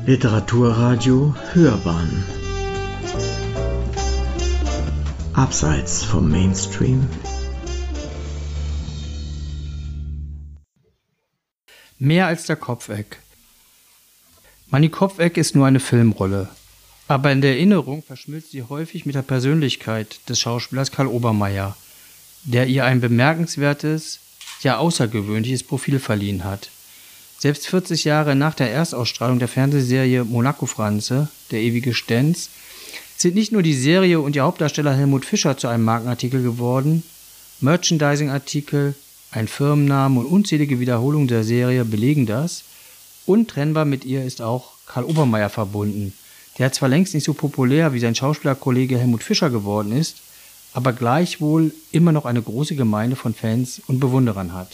Literaturradio Hörbahn Abseits vom Mainstream. Mehr als der Kopfeck. Manny Kopfeck ist nur eine Filmrolle, aber in der Erinnerung verschmilzt sie häufig mit der Persönlichkeit des Schauspielers Karl Obermeier, der ihr ein bemerkenswertes, ja außergewöhnliches Profil verliehen hat. Selbst 40 Jahre nach der Erstausstrahlung der Fernsehserie Monaco Franze, der ewige Stenz, sind nicht nur die Serie und ihr Hauptdarsteller Helmut Fischer zu einem Markenartikel geworden, Merchandising-Artikel, ein Firmenname und unzählige Wiederholungen der Serie belegen das. Untrennbar mit ihr ist auch Karl Obermeier verbunden, der zwar längst nicht so populär wie sein Schauspielerkollege Helmut Fischer geworden ist, aber gleichwohl immer noch eine große Gemeinde von Fans und Bewunderern hat.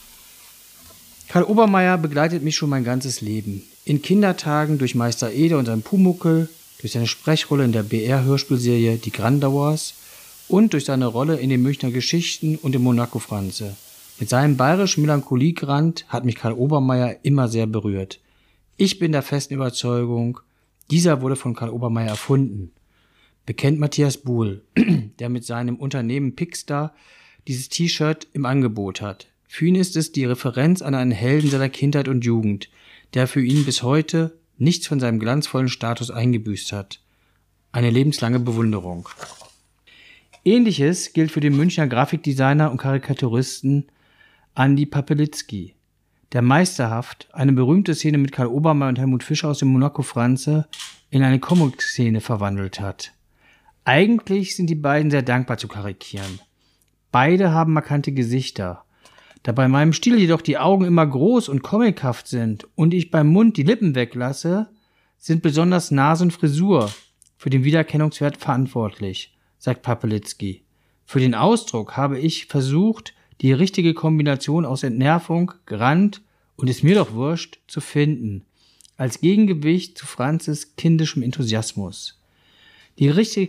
Karl Obermeier begleitet mich schon mein ganzes Leben. In Kindertagen durch Meister Eder und sein Pumuckl, durch seine Sprechrolle in der BR-Hörspielserie Die Grandauers und durch seine Rolle in den Münchner Geschichten und in Monaco Franze. Mit seinem bayerischen Melancholiegrand hat mich Karl Obermeier immer sehr berührt. Ich bin der festen Überzeugung, dieser wurde von Karl Obermeier erfunden. Bekennt Matthias Buhl, der mit seinem Unternehmen Picstar dieses T-Shirt im Angebot hat. Für ihn ist es die Referenz an einen Helden seiner Kindheit und Jugend, der für ihn bis heute nichts von seinem glanzvollen Status eingebüßt hat. Eine lebenslange Bewunderung. Ähnliches gilt für den Münchner Grafikdesigner und Karikaturisten Andi Papelitzky, der meisterhaft eine berühmte Szene mit Karl Obermeier und Helmut Fischer aus dem Monaco Franze in eine Comic-Szene verwandelt hat. Eigentlich sind die beiden sehr dankbar zu karikieren. Beide haben markante Gesichter. Da bei meinem Stil jedoch die Augen immer groß und comichaft sind und ich beim Mund die Lippen weglasse, sind besonders Nase und Frisur für den Wiedererkennungswert verantwortlich, sagt Papelitzky. Für den Ausdruck habe ich versucht, die richtige Kombination aus Entnervung, Grand und ist mir doch wurscht zu finden, als Gegengewicht zu Franzes kindischem Enthusiasmus. Die richtige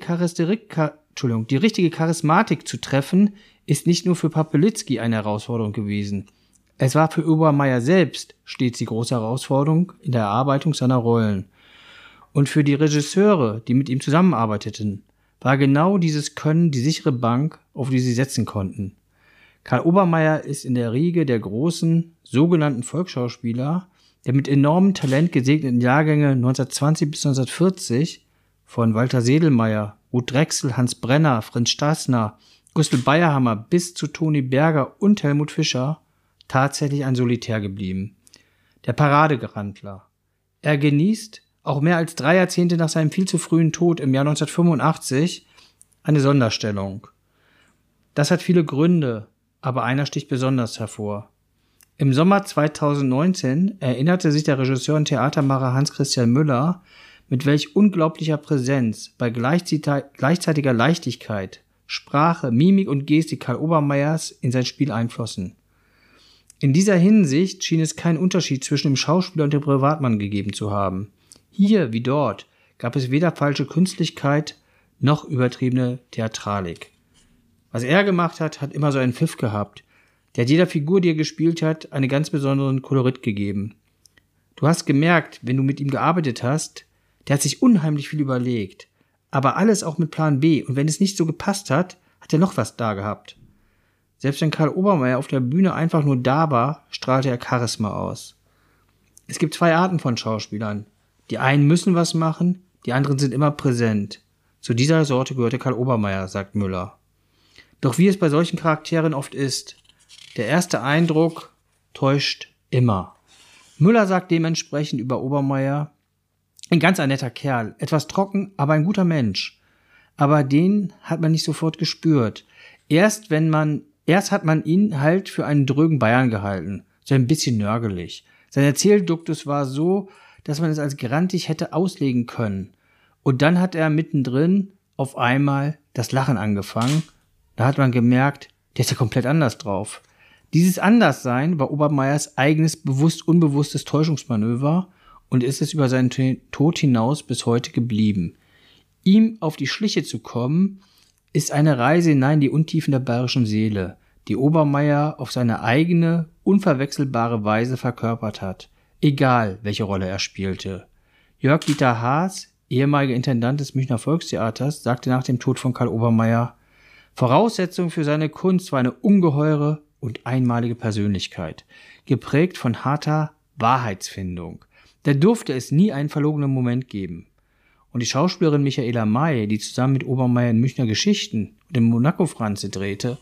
Charismatik zu treffen, ist nicht nur für Papelitzky eine Herausforderung gewesen. Es war für Obermeier selbst stets die große Herausforderung in der Erarbeitung seiner Rollen. Und für die Regisseure, die mit ihm zusammenarbeiteten, war genau dieses Können die sichere Bank, auf die sie setzen konnten. Karl Obermeier ist in der Riege der großen, sogenannten Volksschauspieler, der mit enormem Talent gesegneten Jahrgänge 1920 bis 1940 von Walter Sedelmeier, Ruth Drexel, Hans Brenner, Fritz Stassner, Gustl Bayerhammer bis zu Toni Berger und Helmut Fischer tatsächlich ein Solitär geblieben. Der Paradegrandler. Er genießt, auch mehr als 3 Jahrzehnte nach seinem viel zu frühen Tod im Jahr 1985, eine Sonderstellung. Das hat viele Gründe, aber einer sticht besonders hervor. Im Sommer 2019 erinnerte sich der Regisseur und Theatermacher Hans-Christian Müller, mit welch unglaublicher Präsenz bei gleichzeitiger Leichtigkeit Sprache, Mimik und Gestik Karl Obermeiers in sein Spiel einflossen. In dieser Hinsicht schien es keinen Unterschied zwischen dem Schauspieler und dem Privatmann gegeben zu haben. Hier wie dort gab es weder falsche Künstlichkeit noch übertriebene Theatralik. Was er gemacht hat, hat immer so einen Pfiff gehabt. Der hat jeder Figur, die er gespielt hat, einen ganz besonderen Kolorit gegeben. Du hast gemerkt, wenn du mit ihm gearbeitet hast, der hat sich unheimlich viel überlegt. Aber alles auch mit Plan B. Und wenn es nicht so gepasst hat, hat er noch was da gehabt. Selbst wenn Karl Obermeier auf der Bühne einfach nur da war, strahlte er Charisma aus. Es gibt 2 Arten von Schauspielern. Die einen müssen was machen, die anderen sind immer präsent. Zu dieser Sorte gehörte Karl Obermeier, sagt Müller. Doch wie es bei solchen Charakteren oft ist, der erste Eindruck täuscht immer. Müller sagt dementsprechend über Obermeier: ein ganz netter Kerl, etwas trocken, aber ein guter Mensch. Aber den hat man nicht sofort gespürt. Erst hat man ihn halt für einen drögen Bayern gehalten, so ein bisschen nörgelig. Sein Erzählduktus war so, dass man es als grantig hätte auslegen können. Und dann hat er mittendrin auf einmal das Lachen angefangen. Da hat man gemerkt, der ist ja komplett anders drauf. Dieses Anderssein war Obermeiers eigenes bewusst-unbewusstes Täuschungsmanöver und ist es über seinen Tod hinaus bis heute geblieben. Ihm auf die Schliche zu kommen, ist eine Reise hinein in die Untiefen der bayerischen Seele, die Obermeier auf seine eigene, unverwechselbare Weise verkörpert hat, egal welche Rolle er spielte. Jörg-Dieter Haas, ehemaliger Intendant des Münchner Volkstheaters, sagte nach dem Tod von Karl Obermayr: Voraussetzung für seine Kunst war eine ungeheure und einmalige Persönlichkeit, geprägt von harter Wahrheitsfindung. Da durfte es nie einen verlogenen Moment geben. Und die Schauspielerin Michaela May, die zusammen mit Obermayr in Münchner Geschichten und im Monaco-Franze drehte,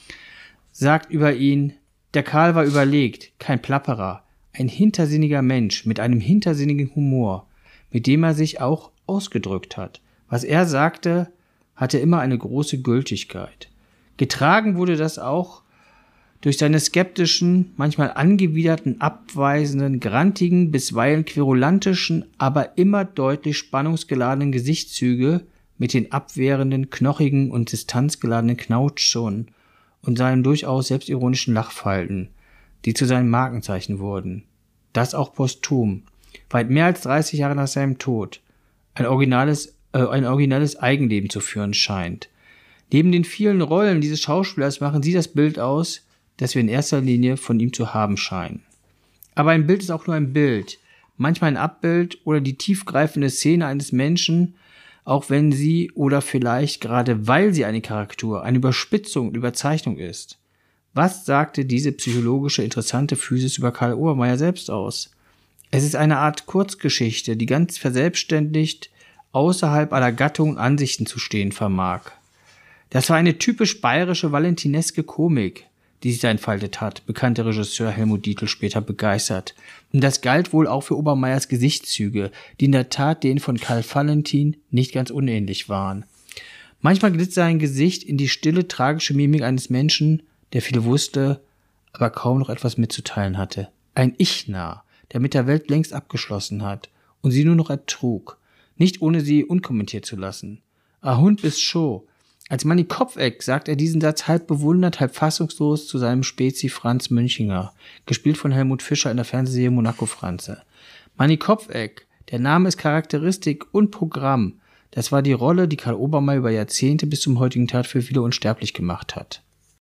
sagt über ihn: Der Karl war überlegt, kein Plapperer, ein hintersinniger Mensch mit einem hintersinnigen Humor, mit dem er sich auch ausgedrückt hat. Was er sagte, hatte immer eine große Gültigkeit. Getragen wurde das auch durch seine skeptischen, manchmal angewiderten, abweisenden, grantigen, bisweilen querulantischen, aber immer deutlich spannungsgeladenen Gesichtszüge mit den abwehrenden, knochigen und distanzgeladenen Knautschzonen und seinen durchaus selbstironischen Lachfalten, die zu seinem Markenzeichen wurden. Das auch posthum, weit mehr als 30 Jahre nach seinem Tod, ein originelles Eigenleben zu führen scheint. Neben den vielen Rollen dieses Schauspielers machen sie das Bild aus, das wir in erster Linie von ihm zu haben scheinen. Aber ein Bild ist auch nur ein Bild, manchmal ein Abbild oder die tiefgreifende Szene eines Menschen, auch wenn sie oder vielleicht gerade weil sie eine Karikatur, eine Überspitzung und Überzeichnung ist. Was sagte diese psychologische, interessante Physis über Karl Obermayr selbst aus? Es ist eine Art Kurzgeschichte, die ganz verselbstständigt außerhalb aller Gattungen und Ansichten zu stehen vermag. Das war eine typisch bayerische valentineske Komik, die sich da entfaltet hat, bekannte Regisseur Helmut Dietl später begeistert. Und das galt wohl auch für Obermayrs Gesichtszüge, die in der Tat denen von Karl Valentin nicht ganz unähnlich waren. Manchmal glitt sein Gesicht in die stille, tragische Mimik eines Menschen, der viel wusste, aber kaum noch etwas mitzuteilen hatte. Ein Ich-Narr, der mit der Welt längst abgeschlossen hat und sie nur noch ertrug, nicht ohne sie unkommentiert zu lassen. A Hund bist scho. Als Manni Kopfeck sagt er diesen Satz halb bewundernd, halb fassungslos zu seinem Spezi Franz Münchinger, gespielt von Helmut Fischer in der Fernsehserie Monaco Franze. Manni Kopfeck, der Name ist Charakteristik und Programm. Das war die Rolle, die Karl Obermayr über Jahrzehnte bis zum heutigen Tag für viele unsterblich gemacht hat.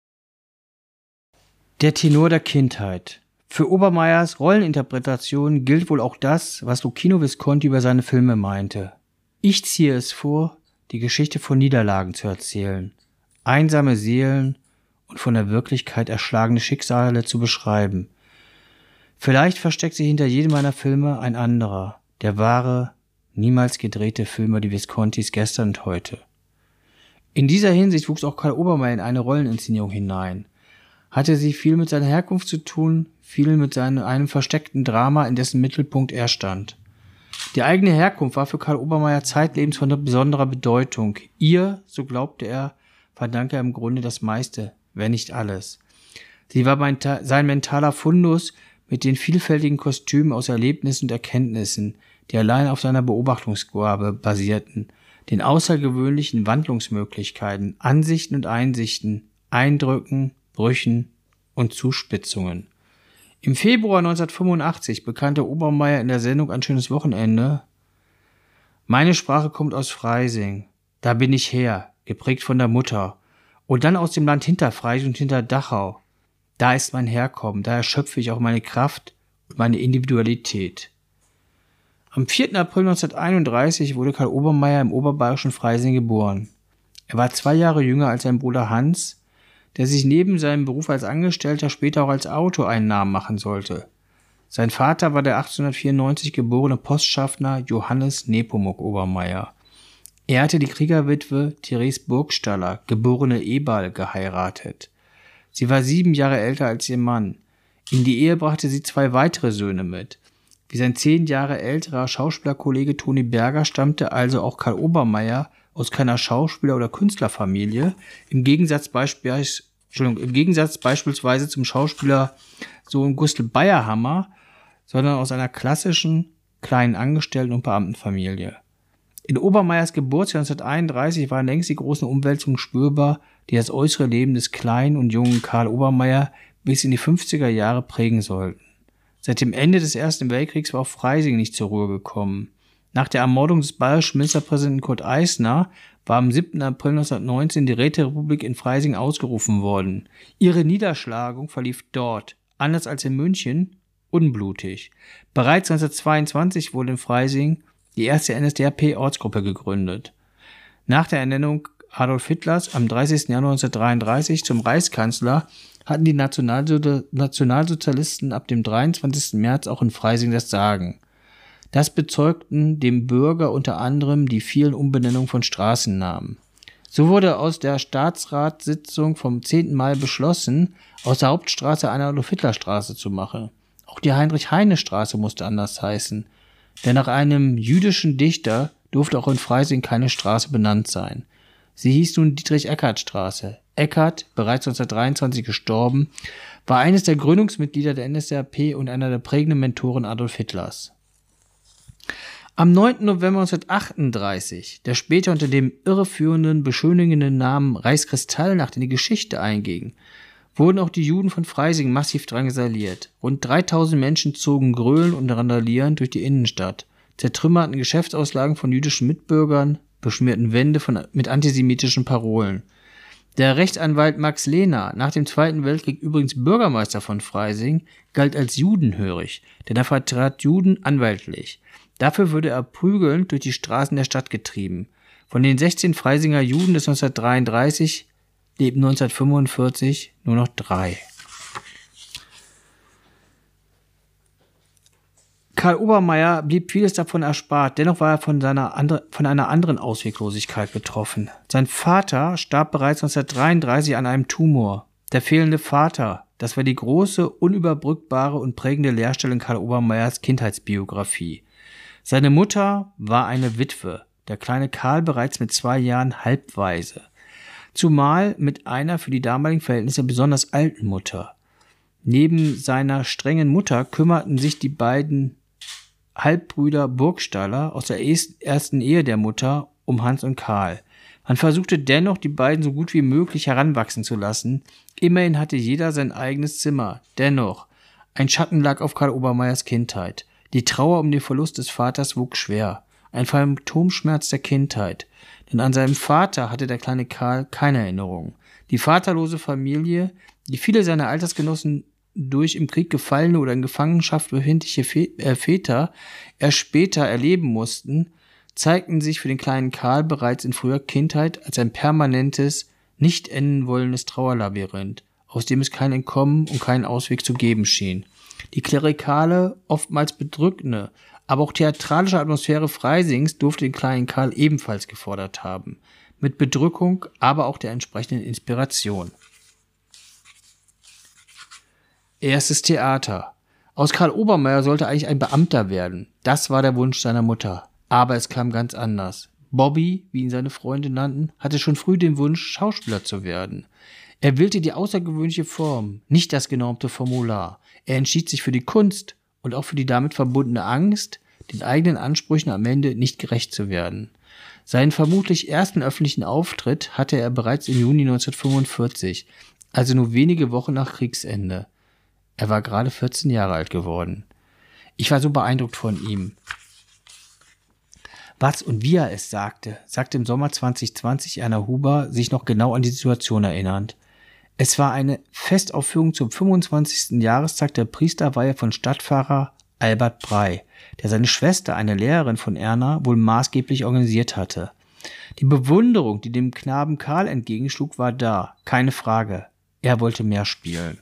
Der Tenor der Kindheit. Für Obermayrs Rolleninterpretation gilt wohl auch das, was Luchino Visconti über seine Filme meinte. Ich ziehe es vor, die Geschichte von Niederlagen zu erzählen, einsame Seelen und von der Wirklichkeit erschlagene Schicksale zu beschreiben. Vielleicht versteckt sich hinter jedem meiner Filme ein anderer, der wahre, niemals gedrehte Film über die Viscontis gestern und heute. In dieser Hinsicht wuchs auch Karl Obermayr in eine Rolleninszenierung hinein. Hatte sie viel mit seiner Herkunft zu tun, viel mit einem versteckten Drama, in dessen Mittelpunkt er stand. Die eigene Herkunft war für Karl Obermayr zeitlebens von besonderer Bedeutung. Ihr, so glaubte er, verdank er im Grunde das meiste, wenn nicht alles. Sie war sein mentaler Fundus mit den vielfältigen Kostümen aus Erlebnissen und Erkenntnissen, die allein auf seiner Beobachtungsgabe basierten, den außergewöhnlichen Wandlungsmöglichkeiten, Ansichten und Einsichten, Eindrücken, Brüchen und Zuspitzungen. Im Februar 1985 bekannte Obermayr in der Sendung Ein schönes Wochenende: Meine Sprache kommt aus Freising. Da bin ich her, geprägt von der Mutter. Und dann aus dem Land hinter Freising und hinter Dachau. Da ist mein Herkommen, da erschöpfe ich auch meine Kraft und meine Individualität. Am 4. April 1931 wurde Karl Obermayr im oberbayerischen Freising geboren. Er war 2 Jahre jünger als sein Bruder Hans, der sich neben seinem Beruf als Angestellter später auch als Autor einen Namen machen sollte. Sein Vater war der 1894 geborene Postschaffner Johannes Nepomuk Obermayr. Er hatte die Kriegerwitwe Therese Burgstaller, geborene Eberl, geheiratet. Sie war 7 Jahre älter als ihr Mann. In die Ehe brachte sie 2 weitere Söhne mit. Wie sein 10 Jahre älterer Schauspielerkollege Toni Berger stammte also auch Karl Obermayr aus keiner Schauspieler- oder Künstlerfamilie, im Gegensatz beispielsweise zum Schauspielersohn Gustl Bayerhammer, sondern aus einer klassischen, kleinen Angestellten- und Beamtenfamilie. In Obermayrs Geburtsjahr 1931 waren längst die großen Umwälzungen spürbar, die das äußere Leben des kleinen und jungen Karl Obermayr bis in die 50er Jahre prägen sollten. Seit dem Ende des Ersten Weltkriegs war auch Freising nicht zur Ruhe gekommen. Nach der Ermordung des bayerischen Ministerpräsidenten Kurt Eisner war am 7. April 1919 die Räterepublik in Freising ausgerufen worden. Ihre Niederschlagung verlief dort, anders als in München, unblutig. Bereits 1922 wurde in Freising die erste NSDAP-Ortsgruppe, gegründet. Nach der Ernennung Adolf Hitlers am 30. Januar 1933 zum Reichskanzler hatten die Nationalsozialisten ab dem 23. März auch in Freising das Sagen. Das bezeugten dem Bürger unter anderem die vielen Umbenennungen von Straßennamen. So wurde aus der Staatsratssitzung vom 10. Mai beschlossen, aus der Hauptstraße eine Adolf-Hitler-Straße zu machen. Auch die Heinrich-Heine-Straße musste anders heißen, denn nach einem jüdischen Dichter durfte auch in Freising keine Straße benannt sein. Sie hieß nun Dietrich-Eckart-Straße. Eckart, bereits 1923 gestorben, war eines der Gründungsmitglieder der NSDAP und einer der prägenden Mentoren Adolf Hitlers. Am 9. November 1938, der später unter dem irreführenden, beschönigenden Namen Reichskristallnacht in die Geschichte einging, wurden auch die Juden von Freising massiv drangsaliert. Rund 3000 Menschen zogen gröhlend und randalierend durch die Innenstadt, zertrümmerten Geschäftsauslagen von jüdischen Mitbürgern, beschmierten Wände mit antisemitischen Parolen. Der Rechtsanwalt Max Lehner, nach dem Zweiten Weltkrieg übrigens Bürgermeister von Freising, galt als judenhörig, denn er vertrat Juden anwaltlich. Dafür wurde er prügelnd durch die Straßen der Stadt getrieben. Von den 16 Freisinger Juden des 1933 lebten 1945 nur noch 3. Karl Obermayr blieb vieles davon erspart, dennoch war er von einer anderen Ausweglosigkeit betroffen. Sein Vater starb bereits 1933 an einem Tumor. Der fehlende Vater, das war die große, unüberbrückbare und prägende Leerstelle in Karl Obermayrs Kindheitsbiografie. Seine Mutter war eine Witwe, der kleine Karl bereits mit 2 Jahren halbwaise. Zumal mit einer für die damaligen Verhältnisse besonders alten Mutter. Neben seiner strengen Mutter kümmerten sich die beiden Halbbrüder Burgstaller aus der ersten Ehe der Mutter um Hans und Karl. Man versuchte dennoch, die beiden so gut wie möglich heranwachsen zu lassen. Immerhin hatte jeder sein eigenes Zimmer. Dennoch, ein Schatten lag auf Karl Obermayrs Kindheit. Die Trauer um den Verlust des Vaters wuchs schwer. Ein Phantomschmerz der Kindheit. Denn an seinem Vater hatte der kleine Karl keine Erinnerung. Die vaterlose Familie, die viele seiner Altersgenossen durch im Krieg gefallene oder in Gefangenschaft befindliche Väter erst später erleben mussten, zeigten sich für den kleinen Karl bereits in früher Kindheit als ein permanentes, nicht enden wollendes Trauerlabyrinth, aus dem es kein Entkommen und keinen Ausweg zu geben schien. Die klerikale, oftmals bedrückende, aber auch theatralische Atmosphäre Freisings durfte den kleinen Karl ebenfalls gefordert haben, mit Bedrückung, aber auch der entsprechenden Inspiration. Erstes Theater. Aus Karl Obermayr sollte eigentlich ein Beamter werden. Das war der Wunsch seiner Mutter. Aber es kam ganz anders. Bobby, wie ihn seine Freunde nannten, hatte schon früh den Wunsch, Schauspieler zu werden. Er wählte die außergewöhnliche Form, nicht das genormte Formular. Er entschied sich für die Kunst und auch für die damit verbundene Angst, den eigenen Ansprüchen am Ende nicht gerecht zu werden. Seinen vermutlich ersten öffentlichen Auftritt hatte er bereits im Juni 1945, also nur wenige Wochen nach Kriegsende. Er war gerade 14 Jahre alt geworden. Ich war so beeindruckt von ihm. Was und wie er es sagte im Sommer 2020 Erna Huber, sich noch genau an die Situation erinnernd. Es war eine Festaufführung zum 25. Jahrestag der Priesterweihe von Stadtpfarrer Albert Brey, der seine Schwester, eine Lehrerin von Erna, wohl maßgeblich organisiert hatte. Die Bewunderung, die dem Knaben Karl entgegenschlug, war da, keine Frage. Er wollte mehr spielen.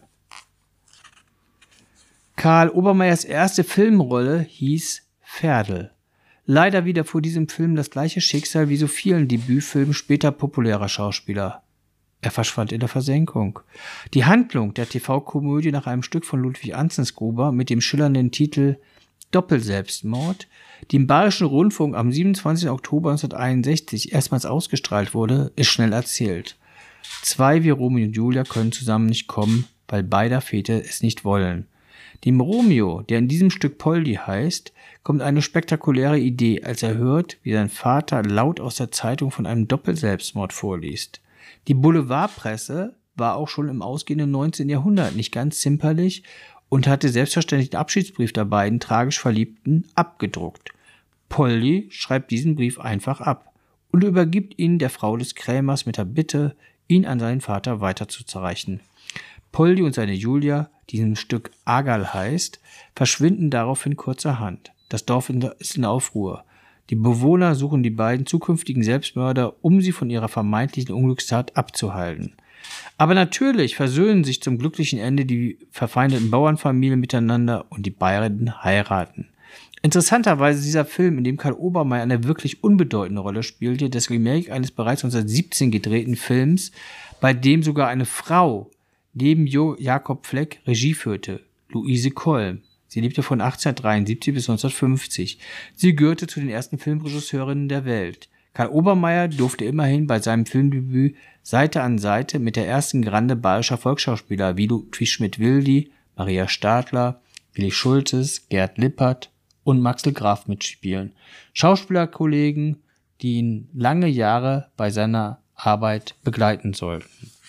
Karl Obermayrs erste Filmrolle hieß Ferdl. Leider widerfuhr diesem Film das gleiche Schicksal wie so vielen Debütfilmen später populärer Schauspieler. Er verschwand in der Versenkung. Die Handlung der TV-Komödie nach einem Stück von Ludwig Anzensgruber mit dem schillernden Titel Doppelselbstmord, die im Bayerischen Rundfunk am 27. Oktober 1961 erstmals ausgestrahlt wurde, ist schnell erzählt. 2 wie Romeo und Julia können zusammen nicht kommen, weil beider Väter es nicht wollen. Dem Romeo, der in diesem Stück Poldi heißt, kommt eine spektakuläre Idee, als er hört, wie sein Vater laut aus der Zeitung von einem Doppelselbstmord vorliest. Die Boulevardpresse war auch schon im ausgehenden 19. Jahrhundert nicht ganz zimperlich und hatte selbstverständlich den Abschiedsbrief der beiden tragisch Verliebten abgedruckt. Poldi schreibt diesen Brief einfach ab und übergibt ihn der Frau des Krämers mit der Bitte, ihn an seinen Vater weiterzureichen. Poldi und seine Julia, die in dem Stück Agal heißt, verschwinden daraufhin kurzerhand. Das Dorf ist in Aufruhr. Die Bewohner suchen die beiden zukünftigen Selbstmörder, um sie von ihrer vermeintlichen Unglückstat abzuhalten. Aber natürlich versöhnen sich zum glücklichen Ende die verfeindeten Bauernfamilien miteinander und die beiden heiraten. Interessanterweise ist dieser Film, in dem Karl Obermeier eine wirklich unbedeutende Rolle spielte, das Remake eines bereits 1917 gedrehten Films, bei dem sogar eine Frau neben Jakob Fleck Regie führte, Luise Kolm. Sie lebte von 1873 bis 1950. Sie gehörte zu den ersten Filmregisseurinnen der Welt. Karl Obermeier durfte immerhin bei seinem Filmdebüt Seite an Seite mit der ersten Grande bayerischer Volksschauspieler wie Ludwig Schmidt-Wildy, Maria Stadler, Willi Schultes, Gerd Lippert und Maxel Graf mitspielen. Schauspielerkollegen, die ihn lange Jahre bei seiner Arbeit begleiten sollten.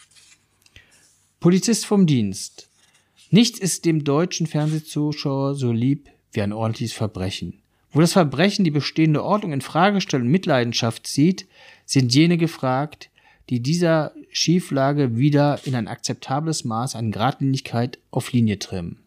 Polizist vom Dienst. Nichts ist dem deutschen Fernsehzuschauer so lieb wie ein ordentliches Verbrechen. Wo das Verbrechen die bestehende Ordnung in Frage stellt und Mitleidenschaft zieht, sind jene gefragt, die dieser Schieflage wieder in ein akzeptables Maß an Geradlinigkeit auf Linie trimmen.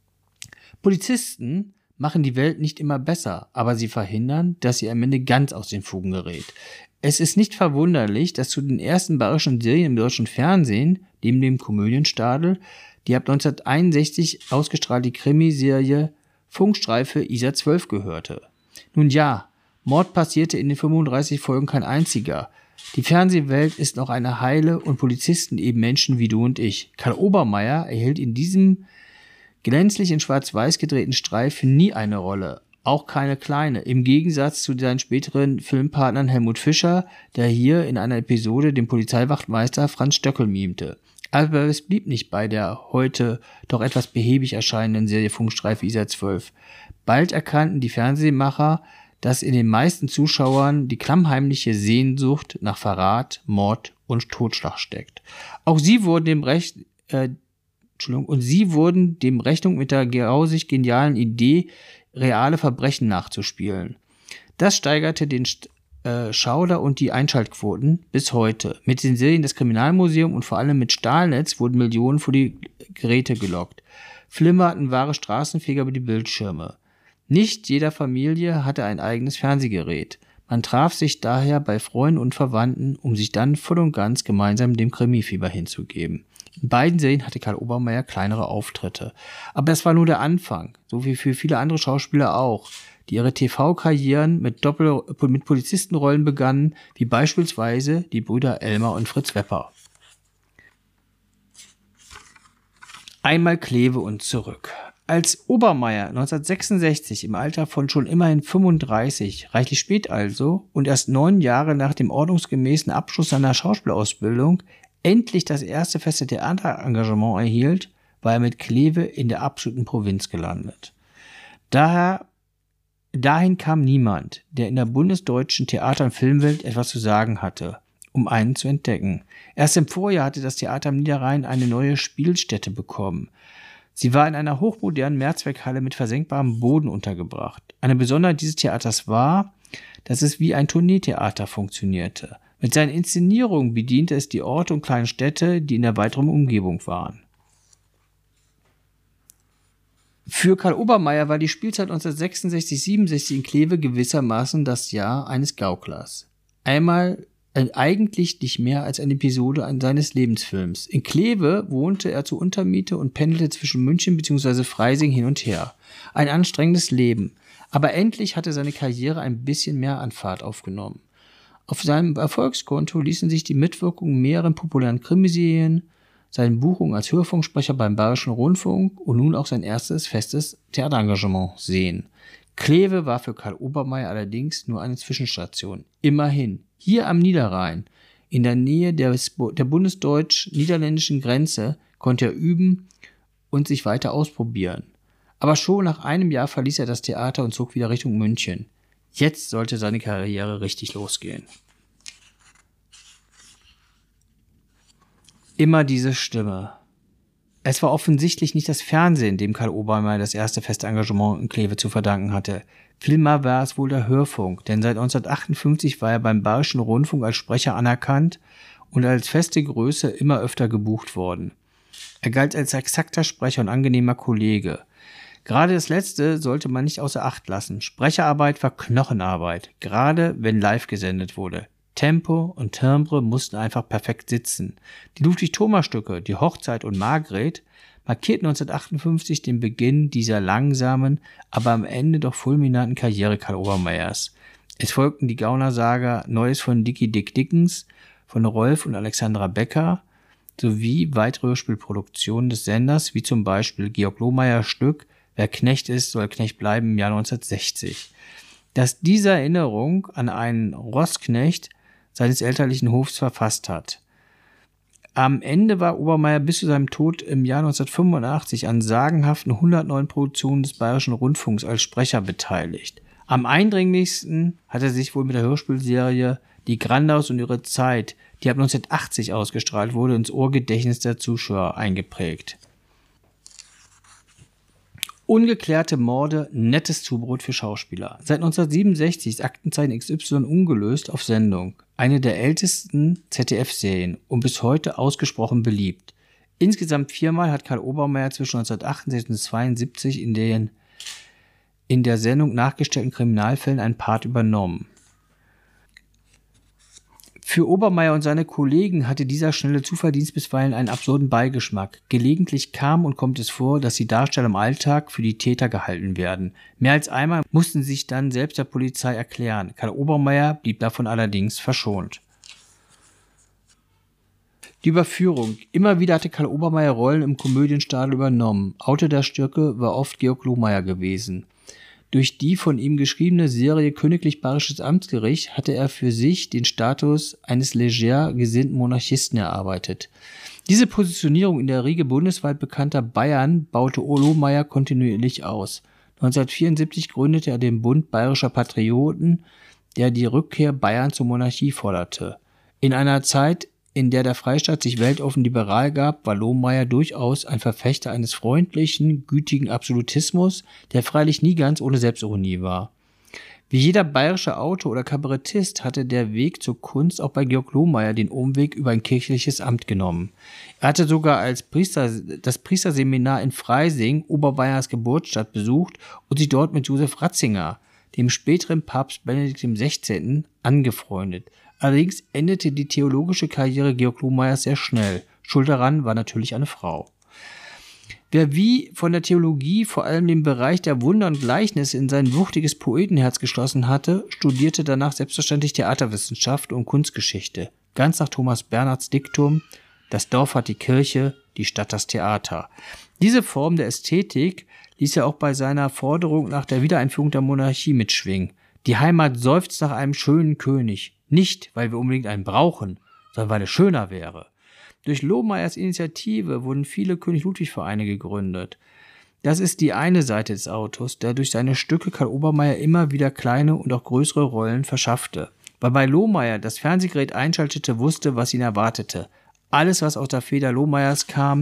Polizisten machen die Welt nicht immer besser, aber sie verhindern, dass sie am Ende ganz aus den Fugen gerät. Es ist nicht verwunderlich, dass zu den ersten bayerischen Serien im deutschen Fernsehen, neben dem Komödienstadel, die ab 1961 ausgestrahlte Krimiserie Funkstreife ISA 12 gehörte. Nun ja, Mord passierte in den 35 Folgen kein einziger. Die Fernsehwelt ist noch eine heile und Polizisten eben Menschen wie du und ich. Karl Obermeier erhielt in diesem glänzlich in Schwarz-Weiß gedrehten Streifen nie eine Rolle, auch keine kleine, im Gegensatz zu seinen späteren Filmpartnern Helmut Fischer, der hier in einer Episode den Polizeiwachtmeister Franz Stöckel mimte. Aber es blieb nicht bei der heute doch etwas behäbig erscheinenden Serie Funkstreife ISA 12. Bald erkannten die Fernsehmacher, dass in den meisten Zuschauern die klammheimliche Sehnsucht nach Verrat, Mord und Totschlag steckt. Auch sie wurden dem Rechnung mit der grausig genialen Idee, reale Verbrechen nachzuspielen. Das steigerte den Schauder und die Einschaltquoten bis heute. Mit den Serien des Kriminalmuseums und vor allem mit Stahlnetz wurden Millionen vor die Geräte gelockt. Flimmerten wahre Straßenfeger über die Bildschirme. Nicht jeder Familie hatte ein eigenes Fernsehgerät. Man traf sich daher bei Freunden und Verwandten, um sich dann voll und ganz gemeinsam dem Krimifieber hinzugeben. In beiden Serien hatte Karl Obermeier kleinere Auftritte. Aber das war nur der Anfang, so wie für viele andere Schauspieler auch, die ihre TV-Karrieren mit Polizistenrollen begannen, wie beispielsweise die Brüder Elmar und Fritz Wepper. Einmal Kleve und zurück. Als Obermeier 1966 im Alter von schon immerhin 35, reichlich spät also, und erst 9 Jahre nach dem ordnungsgemäßen Abschluss seiner Schauspielausbildung, endlich das erste feste Theaterengagement erhielt, war er mit Kleve in der absoluten Provinz gelandet. Dahin kam niemand, der in der bundesdeutschen Theater- und Filmwelt etwas zu sagen hatte, um einen zu entdecken. Erst im Vorjahr hatte das Theater am Niederrhein eine neue Spielstätte bekommen. Sie war in einer hochmodernen Mehrzweckhalle mit versenkbarem Boden untergebracht. Eine Besonderheit dieses Theaters war, dass es wie ein Tourneetheater funktionierte. Mit seinen Inszenierungen bediente es die Orte und kleinen Städte, die in der weiteren Umgebung waren. Für Karl Obermeier war die Spielzeit 1966-67 in Kleve gewissermaßen das Jahr eines Gauklers. Eigentlich nicht mehr als eine Episode seines Lebensfilms. In Kleve wohnte er zur Untermiete und pendelte zwischen München bzw. Freising hin und her. Ein anstrengendes Leben. Aber endlich hatte seine Karriere ein bisschen mehr an Fahrt aufgenommen. Auf seinem Erfolgskonto ließen sich die Mitwirkungen mehreren populären Krimiserien, seine Buchung als Hörfunksprecher beim Bayerischen Rundfunk und nun auch sein erstes festes Theaterengagement sehen. Kleve war für Karl Obermeier allerdings nur eine Zwischenstation. Immerhin, hier am Niederrhein, in der Nähe der bundesdeutsch-niederländischen Grenze, konnte er üben und sich weiter ausprobieren. Aber schon nach einem Jahr verließ er das Theater und zog wieder Richtung München. Jetzt sollte seine Karriere richtig losgehen. Immer diese Stimme. Es war offensichtlich nicht das Fernsehen, dem Karl Obermeier das erste feste Engagement in Kleve zu verdanken hatte. Vielmehr war es wohl der Hörfunk, denn seit 1958 war er beim Bayerischen Rundfunk als Sprecher anerkannt und als feste Größe immer öfter gebucht worden. Er galt als exakter Sprecher und angenehmer Kollege. Gerade das Letzte sollte man nicht außer Acht lassen. Sprecherarbeit war Knochenarbeit, gerade wenn live gesendet wurde. Tempo und Timbre mussten einfach perfekt sitzen. Die Ludwig-Thoma-Stücke, die Hochzeit und Margret, markierten 1958 den Beginn dieser langsamen, aber am Ende doch fulminanten Karriere Karl Obermeyers. Es folgten die Gaunersaga Neues von Dickie Dick Dickens von Rolf und Alexandra Becker sowie weitere Hörspielproduktionen des Senders, wie zum Beispiel Georg Lohmeyers Stück Wer Knecht ist, soll Knecht bleiben im Jahr 1960. Das diese Erinnerung an einen Rossknecht seines elterlichen Hofs verfasst hat. Am Ende war Obermeyer bis zu seinem Tod im Jahr 1985 an sagenhaften 109 Produktionen des Bayerischen Rundfunks als Sprecher beteiligt. Am eindringlichsten hat er sich wohl mit der Hörspielserie Die Grandaus und ihre Zeit, die ab 1980 ausgestrahlt wurde, ins Ohrgedächtnis der Zuschauer eingeprägt. Ungeklärte Morde, nettes Zubrot für Schauspieler. Seit 1967 ist Aktenzeichen XY ungelöst auf Sendung. Eine der ältesten ZDF-Serien und bis heute ausgesprochen beliebt. Insgesamt 4-mal hat Karl Obermeyer zwischen 1968 und 1972 in der Sendung nachgestellten Kriminalfällen einen Part übernommen. Für Obermeyer und seine Kollegen hatte dieser schnelle Zuverdienst bisweilen einen absurden Beigeschmack. Gelegentlich kam und kommt es vor, dass die Darsteller im Alltag für die Täter gehalten werden. Mehr als einmal mussten sie sich dann selbst der Polizei erklären. Karl Obermeyer blieb davon allerdings verschont. Die Überführung. Immer wieder hatte Karl Obermeyer Rollen im Komödienstadel übernommen. Autor der Stücke war oft Georg Lohmeier gewesen. Durch die von ihm geschriebene Serie Königlich Bayerisches Amtsgericht hatte er für sich den Status eines leger gesinnten Monarchisten erarbeitet. Diese Positionierung in der Riege bundesweit bekannter Bayern baute Lohmeier kontinuierlich aus. 1974 gründete er den Bund Bayerischer Patrioten, der die Rückkehr Bayern zur Monarchie forderte. In einer Zeit, in der der Freistaat sich weltoffen liberal gab, war Lohmeier durchaus ein Verfechter eines freundlichen, gütigen Absolutismus, der freilich nie ganz ohne Selbstironie war. Wie jeder bayerische Autor oder Kabarettist hatte der Weg zur Kunst auch bei Georg Lohmeier den Umweg über ein kirchliches Amt genommen. Er hatte sogar als Priester das Priesterseminar in Freising, Oberbayerns Geburtsstadt, besucht und sich dort mit Josef Ratzinger, dem späteren Papst Benedikt XVI., angefreundet. Allerdings endete die theologische Karriere Georg Lohmeyers sehr schnell. Schuld daran war natürlich eine Frau. Wer wie von der Theologie vor allem den Bereich der Wunder und Gleichnisse in sein wuchtiges Poetenherz geschlossen hatte, studierte danach selbstverständlich Theaterwissenschaft und Kunstgeschichte. Ganz nach Thomas Bernhards Diktum: Das Dorf hat die Kirche, die Stadt das Theater. Diese Form der Ästhetik ließ er auch bei seiner Forderung nach der Wiedereinführung der Monarchie mitschwingen. Die Heimat seufzt nach einem schönen König. Nicht, weil wir unbedingt einen brauchen, sondern weil es schöner wäre. Durch Lohmeyers Initiative wurden viele König-Ludwig-Vereine gegründet. Das ist die eine Seite des Autors, der durch seine Stücke Karl Obermeyer immer wieder kleine und auch größere Rollen verschaffte. Weil bei Lohmeier das Fernsehgerät einschaltete, wusste, was ihn erwartete. Alles, was aus der Feder Lohmeyers kam,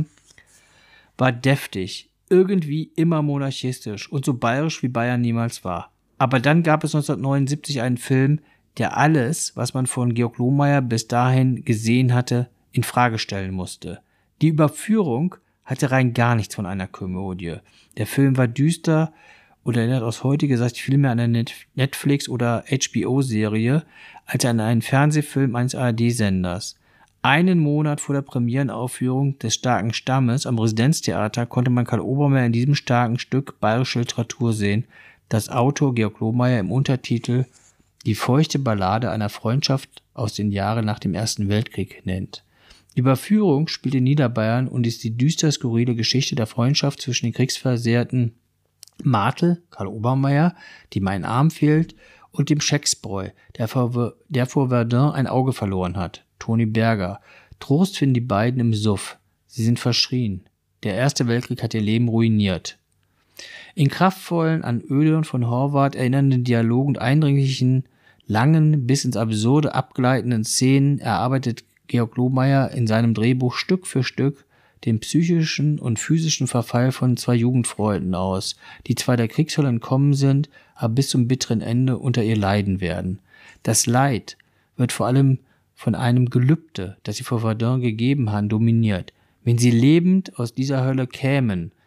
war deftig, irgendwie immer monarchistisch und so bayerisch, wie Bayern niemals war. Aber dann gab es 1979 einen Film, der alles, was man von Georg Lohmeier bis dahin gesehen hatte, in Frage stellen musste. Die Überführung hatte rein gar nichts von einer Komödie. Der Film war düster und erinnert aus heutiger Sicht viel mehr an eine Netflix- oder HBO-Serie als an einen Fernsehfilm eines ARD-Senders. Einen Monat vor der Premierenaufführung des Starken Stammes am Residenztheater konnte man Karl Obermeyer in diesem starken Stück bayerische Literatur sehen, das Autor Georg Lohmeier im Untertitel Die feuchte Ballade einer Freundschaft aus den Jahren nach dem Ersten Weltkrieg nennt. Die Überführung spielt in Niederbayern und ist die düster skurrile Geschichte der Freundschaft zwischen den kriegsversehrten Martel, Karl Obermeyer, dem ein Arm fehlt, und dem Schecksbräu, der vor Verdun ein Auge verloren hat, Toni Berger. Trost finden die beiden im Suff. Sie sind verschrien. Der Erste Weltkrieg hat ihr Leben ruiniert. In kraftvollen, an Oedon von Horvath erinnernden Dialogen und eindringlichen, langen, bis ins Absurde abgleitenden Szenen erarbeitet Georg Lohmeier in seinem Drehbuch Stück für Stück den psychischen und physischen Verfall von zwei Jugendfreunden aus, die zwar der Kriegshölle entkommen sind, aber bis zum bitteren Ende unter ihr leiden werden. Das Leid wird vor allem von einem Gelübde, das sie vor Verdun gegeben haben, dominiert. Wenn sie lebend aus dieser Hölle kämen,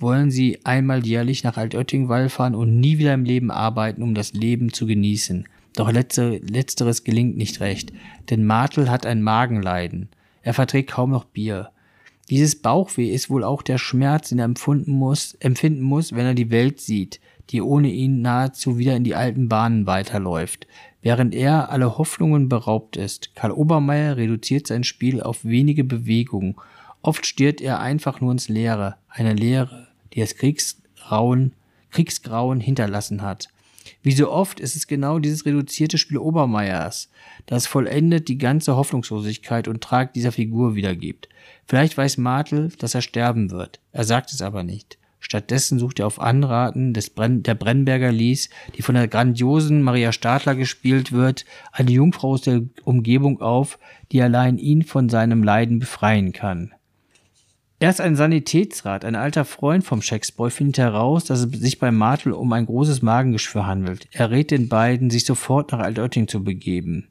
wollen sie einmal jährlich nach Altötting wallfahren und nie wieder im Leben arbeiten, um das Leben zu genießen. Doch letzteres gelingt nicht recht, denn Martel hat ein Magenleiden. Er verträgt kaum noch Bier. Dieses Bauchweh ist wohl auch der Schmerz, den er empfinden muss, wenn er die Welt sieht, die ohne ihn nahezu wieder in die alten Bahnen weiterläuft, während er alle Hoffnungen beraubt ist. Karl Obermeier reduziert sein Spiel auf wenige Bewegungen. Oft stiert er einfach nur ins Leere, eine Leere, die das Kriegsgrauen hinterlassen hat. Wie so oft ist es genau dieses reduzierte Spiel Obermeiers, das vollendet die ganze Hoffnungslosigkeit und Trag dieser Figur wiedergibt. Vielleicht weiß Martel, dass er sterben wird. Er sagt es aber nicht. Stattdessen sucht er auf Anraten der Brennberger Lies, die von der grandiosen Maria Stadler gespielt wird, eine Jungfrau aus der Umgebung auf, die allein ihn von seinem Leiden befreien kann. Erst ein Sanitätsrat, ein alter Freund vom Schecksbräu, findet heraus, dass es sich bei Martel um ein großes Magengeschwür handelt. Er rät den beiden, sich sofort nach Altötting zu begeben.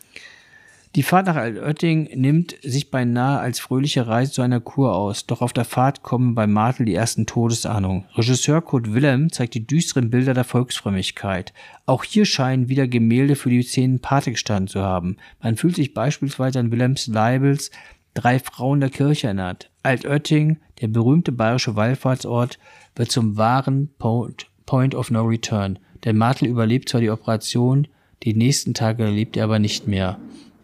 Die Fahrt nach Altötting nimmt sich beinahe als fröhliche Reise zu einer Kur aus, doch auf der Fahrt kommen bei Martel die ersten Todesahnungen. Regisseur Kurt Wilhelm zeigt die düsteren Bilder der Volksfrömmigkeit. Auch hier scheinen wieder Gemälde für die Szenen Pate gestanden zu haben. Man fühlt sich beispielsweise an Wilhelms Leibels 3 Frauen der Kirche erinnert. Altötting, der berühmte bayerische Wallfahrtsort, wird zum wahren Point of No Return. Denn Martel überlebt zwar die Operation, die nächsten Tage lebt er aber nicht mehr.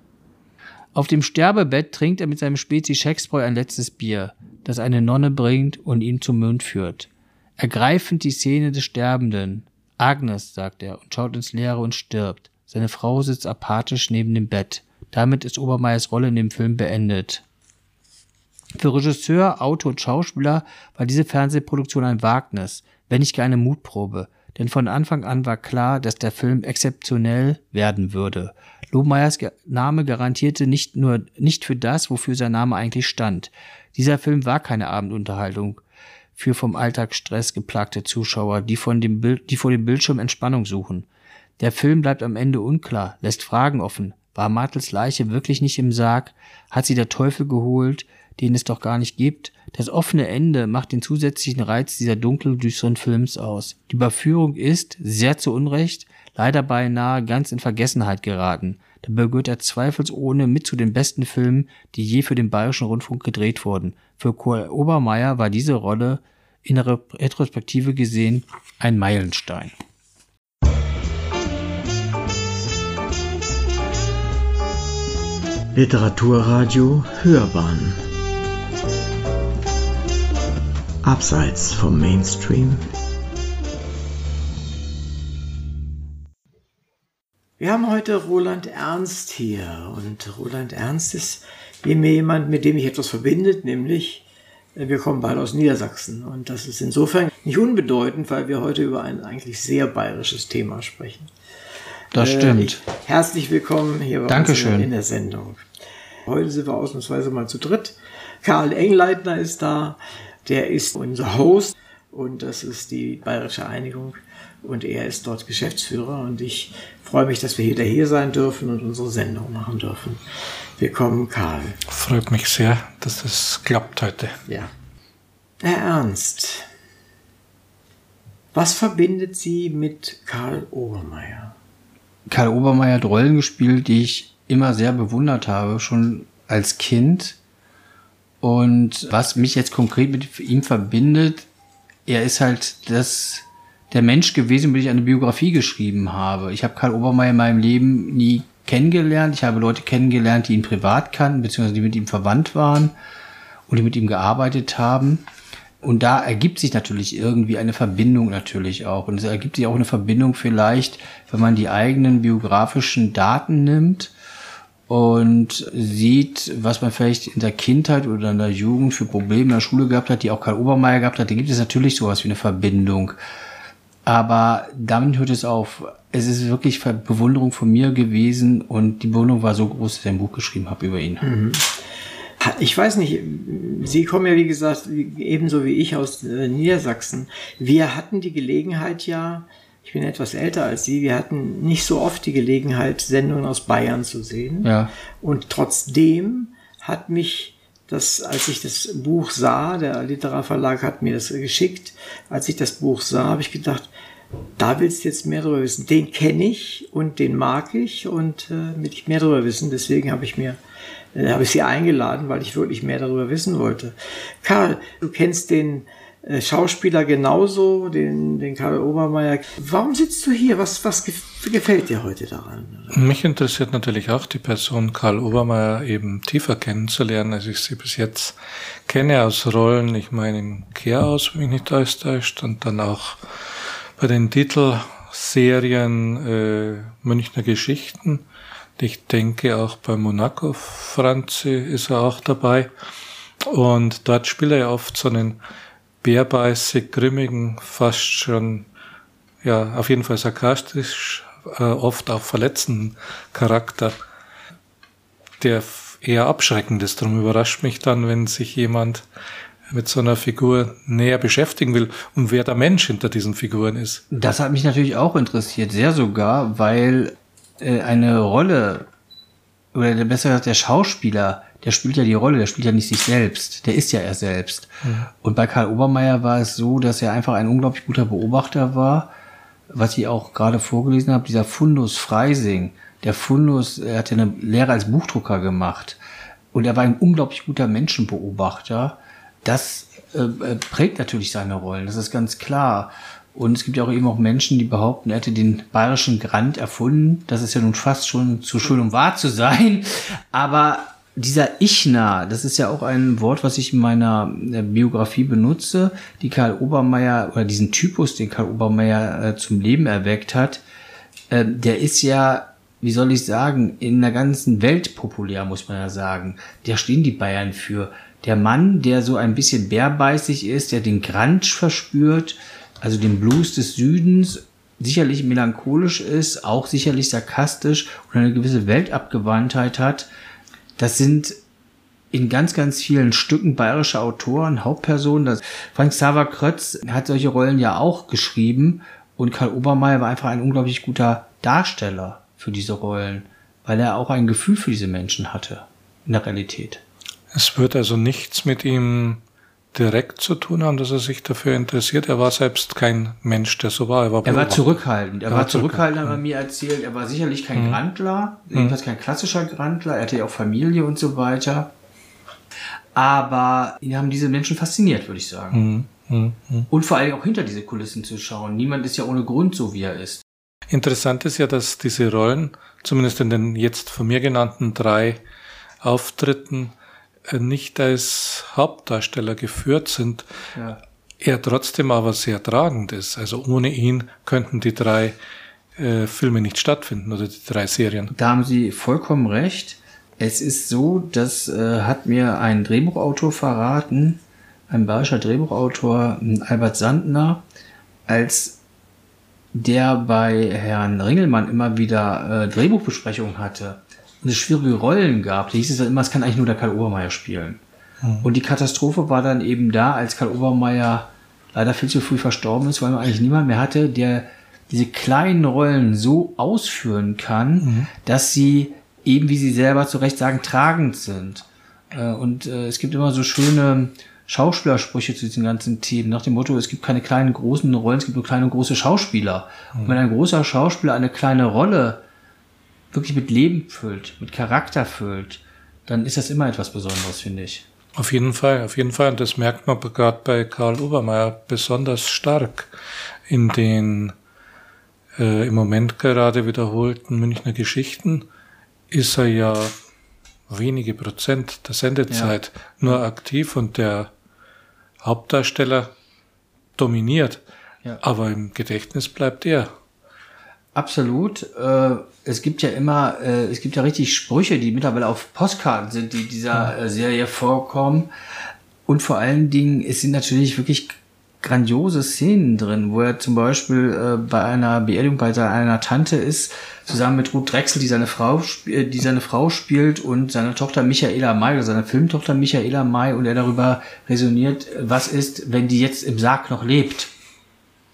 Auf dem Sterbebett trinkt er mit seinem Spezi Schecksbräu ein letztes Bier, das eine Nonne bringt und ihn zum Mund führt. Ergreifend die Szene des Sterbenden. Agnes, sagt er und schaut ins Leere und stirbt. Seine Frau sitzt apathisch neben dem Bett. Damit ist Obermeiers Rolle in dem Film beendet. Für Regisseur, Autor und Schauspieler war diese Fernsehproduktion ein Wagnis, wenn nicht gar eine Mutprobe. Denn von Anfang an war klar, dass der Film exzeptionell werden würde. Lohmeyers Name garantierte nicht für das, wofür sein Name eigentlich stand. Dieser Film war keine Abendunterhaltung für vom Alltagsstress geplagte Zuschauer, die vor dem Bildschirm Entspannung suchen. Der Film bleibt am Ende unklar, lässt Fragen offen. War Martels Leiche wirklich nicht im Sarg? Hat sie der Teufel geholt, den es doch gar nicht gibt? Das offene Ende macht den zusätzlichen Reiz dieser dunklen, düsteren Films aus. Die Überführung ist, sehr zu Unrecht, leider beinahe ganz in Vergessenheit geraten. Dabei gehört er zweifelsohne mit zu den besten Filmen, die je für den Bayerischen Rundfunk gedreht wurden. Für Karl Obermeier war diese Rolle in der Retrospektive gesehen ein Meilenstein. Literaturradio Hörbahn. Abseits vom Mainstream. Wir haben heute Roland Ernst hier und Roland Ernst ist jemand, mit dem mich etwas verbindet, nämlich wir kommen beide aus Niedersachsen und das ist insofern nicht unbedeutend, weil wir heute über ein eigentlich sehr bayerisches Thema sprechen. Das stimmt. Herzlich willkommen hier bei uns in der Sendung. Heute sind wir ausnahmsweise mal zu dritt. Karl Engleitner ist da, der ist unser Host und das ist die Bayerische Einigung und er ist dort Geschäftsführer und ich freue mich, dass wir wieder hier sein dürfen und unsere Sendung machen dürfen. Willkommen, Karl. Freut mich sehr, dass das klappt heute. Ja. Herr Ernst, was verbindet Sie mit Karl Obermeier? Karl Obermeier hat Rollen gespielt, die ich immer sehr bewundert habe, schon als Kind. Und was mich jetzt konkret mit ihm verbindet, er ist halt der Mensch gewesen, über den ich eine Biografie geschrieben habe. Ich habe Karl Obermeier in meinem Leben nie kennengelernt. Ich habe Leute kennengelernt, die ihn privat kannten, beziehungsweise die mit ihm verwandt waren und die mit ihm gearbeitet haben. Und da ergibt sich natürlich irgendwie eine Verbindung natürlich auch. Und es ergibt sich auch eine Verbindung vielleicht, wenn man die eigenen biografischen Daten nimmt und sieht, was man vielleicht in der Kindheit oder in der Jugend für Probleme in der Schule gehabt hat, die auch Karl Obermeier gehabt hat, da gibt es natürlich sowas wie eine Verbindung. Aber damit hört es auf. Es ist wirklich Bewunderung von mir gewesen und die Bewunderung war so groß, dass ich ein Buch geschrieben habe über ihn. Mhm. Ich weiß nicht, Sie kommen ja wie gesagt ebenso wie ich aus Niedersachsen. Wir hatten die Gelegenheit ich bin etwas älter als Sie, wir hatten nicht so oft die Gelegenheit, Sendungen aus Bayern zu sehen. Ja. Und trotzdem hat mich dass als ich das Buch sah, der Literarverlag hat mir das geschickt, als ich das Buch sah, habe ich gedacht, da willst du jetzt mehr darüber wissen. Den kenne ich und den mag ich und will ich mehr darüber wissen. Deswegen habe ich sie eingeladen, weil ich wirklich mehr darüber wissen wollte. Karl, du kennst den Schauspieler genauso, den Karl Obermeier. Warum sitzt du hier? Was gefällt dir heute daran? Mich interessiert natürlich auch die Person Karl Obermeier eben tiefer kennenzulernen, als ich sie bis jetzt kenne aus Rollen. Ich meine im Kehrhaus, wenn mich nicht alles täuscht, und dann auch bei den Titelserien Münchner Geschichten. Ich denke auch bei Monaco Franzi ist er auch dabei. Und dort spielt er ja oft so einen bärbeißig, grimmigen, fast schon, ja, auf jeden Fall sarkastisch, oft auch verletzenden Charakter, der eher abschreckend ist. Darum überrascht mich dann, wenn sich jemand mit so einer Figur näher beschäftigen will und wer der Mensch hinter diesen Figuren ist. Das hat mich natürlich auch interessiert, sehr sogar, weil eine Rolle, oder besser gesagt der Schauspieler, der spielt ja die Rolle, der spielt ja nicht sich selbst, der ist ja er selbst. Mhm. Und bei Karl Obermeier war es so, dass er einfach ein unglaublich guter Beobachter war, was ich auch gerade vorgelesen habe, dieser Fundus Freising. Der Fundus, er hat ja eine Lehre als Buchdrucker gemacht und er war ein unglaublich guter Menschenbeobachter. Das prägt natürlich seine Rollen, das ist ganz klar. Und es gibt ja auch eben auch Menschen, die behaupten, er hätte den bayerischen Grant erfunden. Das ist ja nun fast schon zu schön, um wahr zu sein. Aber dieser Ichner, das ist ja auch ein Wort, was ich in meiner Biografie benutze, die Karl Obermeier oder diesen Typus, den Karl Obermeier zum Leben erweckt hat, der ist ja, wie soll ich sagen, in der ganzen Welt populär, muss man ja sagen. Da stehen die Bayern für. Der Mann, der so ein bisschen bärbeißig ist, der den Grunge verspürt, also den Blues des Südens, sicherlich melancholisch ist, auch sicherlich sarkastisch und eine gewisse Weltabgewandtheit hat. Das sind in ganz, ganz vielen Stücken bayerische Autoren, Hauptpersonen. Frank Xaver Krötz hat solche Rollen ja auch geschrieben und Karl Obermeier war einfach ein unglaublich guter Darsteller für diese Rollen, weil er auch ein Gefühl für diese Menschen hatte in der Realität. Es wird also nichts mit ihm direkt zu tun haben, dass er sich dafür interessiert. Er war selbst kein Mensch, der so war. Er war zurückhaltend. Er war zurückhaltend, hat er mir erzählt. Er war sicherlich kein Grandler, jedenfalls kein klassischer Grandler. Er hatte ja auch Familie und so weiter. Aber ihn haben diese Menschen fasziniert, würde ich sagen. Und vor allem auch hinter diese Kulissen zu schauen. Niemand ist ja ohne Grund so, wie er ist. Interessant ist ja, dass diese Rollen, zumindest in den jetzt von mir genannten 3 Auftritten, nicht als Hauptdarsteller geführt sind, er trotzdem aber sehr tragend ist. Also ohne ihn könnten die 3 Filme nicht stattfinden oder die 3 Serien. Da haben Sie vollkommen recht. Es ist so, das hat mir ein Drehbuchautor verraten, ein bayerischer Drehbuchautor, Albert Sandner, als der bei Herrn Ringelmann immer wieder Drehbuchbesprechungen hatte und es schwierige Rollen gab, da hieß es dann immer, es kann eigentlich nur der Karl Obermeier spielen. Und die Katastrophe war dann eben da, als Karl Obermeier leider viel zu früh verstorben ist, weil man eigentlich niemand mehr hatte, der diese kleinen Rollen so ausführen kann, dass sie eben, wie Sie selber zu Recht sagen, tragend sind. Und es gibt immer so schöne Schauspielersprüche zu diesen ganzen Themen, nach dem Motto, es gibt keine kleinen, großen Rollen, es gibt nur kleine und große Schauspieler. Und wenn ein großer Schauspieler eine kleine Rolle wirklich mit Leben füllt, mit Charakter füllt, dann ist das immer etwas Besonderes, finde ich. Auf jeden Fall. Und das merkt man gerade bei Karl Obermeier besonders stark in den im Moment gerade wiederholten Münchner Geschichten. Ist er ja wenige Prozent der Sendezeit nur aktiv und der Hauptdarsteller dominiert. Ja. Aber im Gedächtnis bleibt er. Absolut. Es gibt ja richtig Sprüche, die mittlerweile auf Postkarten sind, die dieser Serie vorkommen. Und vor allen Dingen, es sind natürlich wirklich grandiose Szenen drin, wo er zum Beispiel bei einer Beerdigung bei einer Tante ist, zusammen mit Ruth Drexel, die seine Frau spielt, und seine Tochter Michaela May, oder seine Filmtochter Michaela May, und er darüber resoniert, was ist, wenn die jetzt im Sarg noch lebt.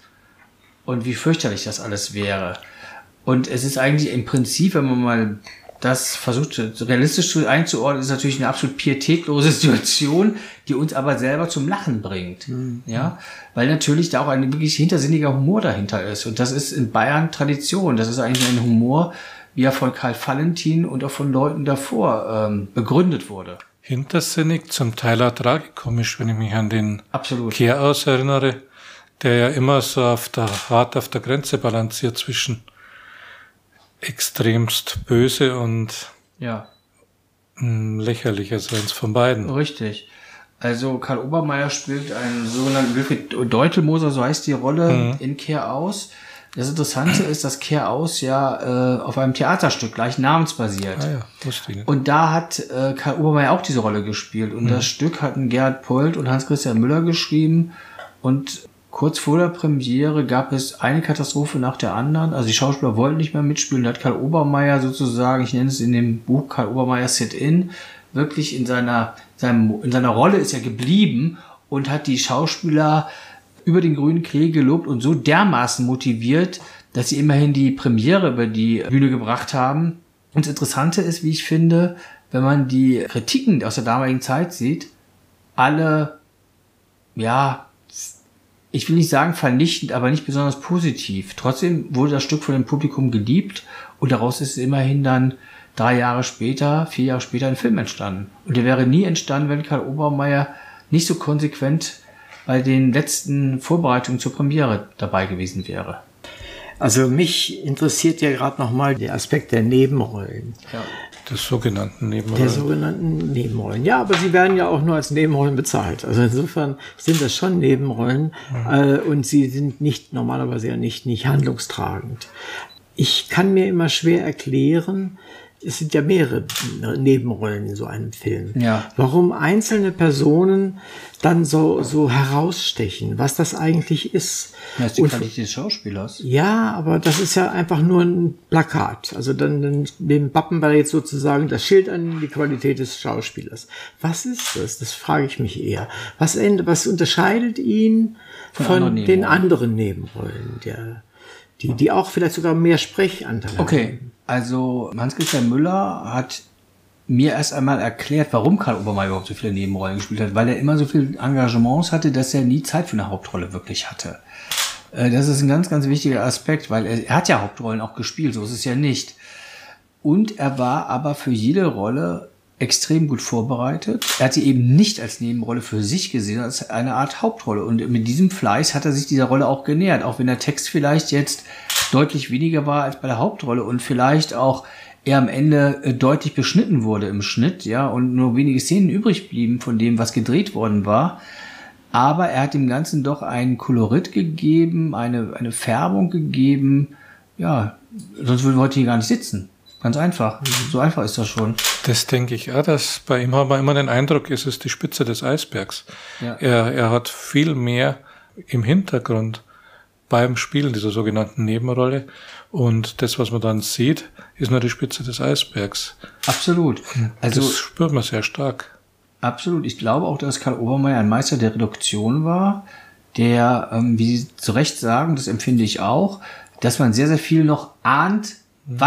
Und wie fürchterlich das alles wäre. Und es ist eigentlich im Prinzip, wenn man mal das versucht realistisch einzuordnen, ist natürlich eine absolut pietätlose Situation, die uns aber selber zum Lachen bringt. Ja, weil natürlich da auch ein wirklich hintersinniger Humor dahinter ist. Und das ist in Bayern Tradition. Das ist eigentlich ein Humor, wie er von Karl Valentin und auch von Leuten davor begründet wurde. Hintersinnig, zum Teil auch tragikomisch, wenn ich mich an den Kehraus erinnere, der ja immer so hart auf der Grenze balanciert zwischen extremst böse und lächerlich, also eins von beiden. Richtig. Also Karl Obermeier spielt einen sogenannten Wilfried Deutelmoser, so heißt die Rolle, in Kehraus. Das Interessante ist, dass Kehraus auf einem Theaterstück gleich namensbasiert. Wusste ich nicht. Und da hat Karl Obermeier auch diese Rolle gespielt. Und das Stück hatten Gerhard Polt und Hans-Christian Müller geschrieben. Und kurz vor der Premiere gab es eine Katastrophe nach der anderen. Also die Schauspieler wollten nicht mehr mitspielen. Da hat Karl Obermeier sozusagen, ich nenne es in dem Buch Karl Obermeier Sit-In, wirklich in seiner Rolle ist er geblieben und hat die Schauspieler über den grünen Klee gelobt und so dermaßen motiviert, dass sie immerhin die Premiere über die Bühne gebracht haben. Und das Interessante ist, wie ich finde, wenn man die Kritiken aus der damaligen Zeit sieht, alle, ich will nicht sagen vernichtend, aber nicht besonders positiv. Trotzdem wurde das Stück von dem Publikum geliebt und daraus ist immerhin dann 4 Jahre später ein Film entstanden. Und der wäre nie entstanden, wenn Karl Obermeier nicht so konsequent bei den letzten Vorbereitungen zur Premiere dabei gewesen wäre. Also mich interessiert ja gerade nochmal der Aspekt der Nebenrollen. Ja. Der sogenannten Nebenrollen. Ja, aber sie werden ja auch nur als Nebenrollen bezahlt. Also insofern sind das schon Nebenrollen und sie sind normalerweise ja nicht handlungstragend. Ich kann mir immer schwer erklären, es sind ja mehrere Nebenrollen in so einem Film. Ja. Warum einzelne Personen dann so herausstechen, was das eigentlich ist. Das ist die Qualität des Schauspielers. Ja, aber das ist ja einfach nur ein Plakat. Also dann dem Bappen wir jetzt sozusagen das Schild an die Qualität des Schauspielers. Was ist das? Das frage ich mich eher. Was unterscheidet ihn von den anderen Nebenrollen, die auch vielleicht sogar mehr Sprechanteil haben? Okay. Also Hans-Christian Müller hat mir erst einmal erklärt, warum Karl Obermeier überhaupt so viele Nebenrollen gespielt hat, weil er immer so viele Engagements hatte, dass er nie Zeit für eine Hauptrolle wirklich hatte. Das ist ein ganz, ganz wichtiger Aspekt, weil er hat ja Hauptrollen auch gespielt, so ist es ja nicht. Und er war aber für jede Rolle extrem gut vorbereitet. Er hat sie eben nicht als Nebenrolle für sich gesehen, als eine Art Hauptrolle. Und mit diesem Fleiß hat er sich dieser Rolle auch genähert, auch wenn der Text vielleicht jetzt deutlich weniger war als bei der Hauptrolle und vielleicht auch er am Ende deutlich beschnitten wurde im Schnitt, und nur wenige Szenen übrig blieben von dem, was gedreht worden war. Aber er hat dem Ganzen doch einen Kolorit gegeben, eine Färbung gegeben. Ja, sonst würden wir heute hier gar nicht sitzen. Ganz einfach. So einfach ist das schon. Das denke ich auch, dass bei ihm haben wir immer den Eindruck, es ist die Spitze des Eisbergs. Ja. Er hat viel mehr im Hintergrund beim Spielen dieser sogenannten Nebenrolle. Und das, was man dann sieht, ist nur die Spitze des Eisbergs. Absolut. Also, das spürt man sehr stark. Absolut. Ich glaube auch, dass Karl Obermeier ein Meister der Reduktion war, der, wie Sie zu Recht sagen, das empfinde ich auch, dass man sehr, sehr viel noch ahnt,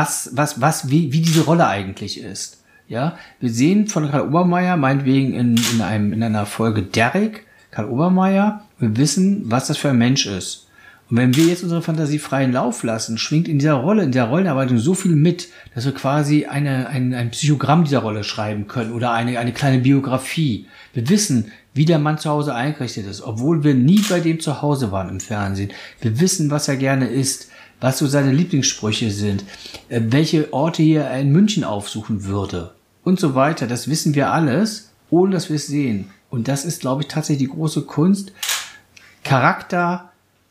wie diese Rolle eigentlich ist. Ja, wir sehen von Karl Obermeier, meinetwegen in einer Folge Derrick, Karl Obermeier, wir wissen, was das für ein Mensch ist. Und wenn wir jetzt unsere Fantasie freien Lauf lassen, schwingt in der Rollenarbeitung so viel mit, dass wir quasi ein Psychogramm dieser Rolle schreiben können oder eine kleine Biografie. Wir wissen, wie der Mann zu Hause eingerichtet ist, obwohl wir nie bei dem zu Hause waren im Fernsehen. Wir wissen, was er gerne isst, was so seine Lieblingssprüche sind, welche Orte hier er in München aufsuchen würde und so weiter. Das wissen wir alles, ohne dass wir es sehen. Und das ist, glaube ich, tatsächlich die große Kunst, Charakter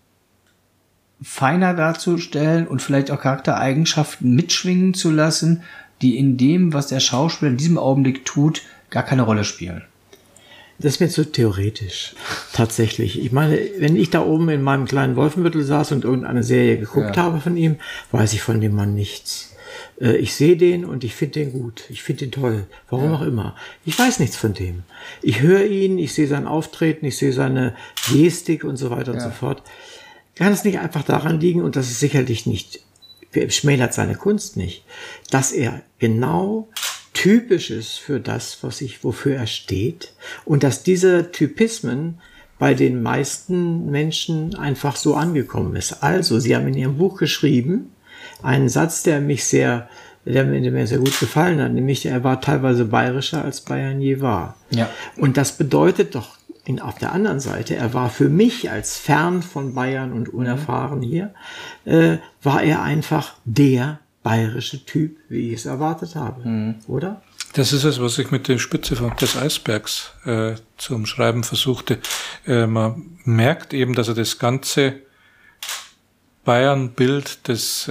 feiner darzustellen und vielleicht auch Charaktereigenschaften mitschwingen zu lassen, die in dem, was der Schauspieler in diesem Augenblick tut, gar keine Rolle spielen. Das ist mir zu theoretisch, tatsächlich. Ich meine, wenn ich da oben in meinem kleinen Wolfenbüttel saß und irgendeine Serie geguckt habe von ihm, weiß ich von dem Mann nichts. Ich sehe den und ich finde den gut. Ich finde den toll. Warum auch immer. Ich weiß nichts von dem. Ich höre ihn, ich sehe sein Auftreten, ich sehe seine Gestik und so weiter und so fort. Kann es nicht einfach daran liegen, und das ist sicherlich nicht schmälert seine Kunst nicht, dass er genau typisch ist für das, wofür er steht und dass diese Typismen bei den meisten Menschen einfach so angekommen ist. Also, Sie haben in Ihrem Buch geschrieben, einen Satz, der mir sehr gut gefallen hat, nämlich er war teilweise bayerischer als Bayern je war. Ja. Und das bedeutet doch auf der anderen Seite, er war für mich als fern von Bayern und unerfahren hier, war er einfach der bayerische Typ, wie ich es erwartet habe, oder? Das ist es, was ich mit der Spitze des Eisbergs zu umschreiben versuchte. Man merkt eben, dass er das ganze Bayern-Bild des,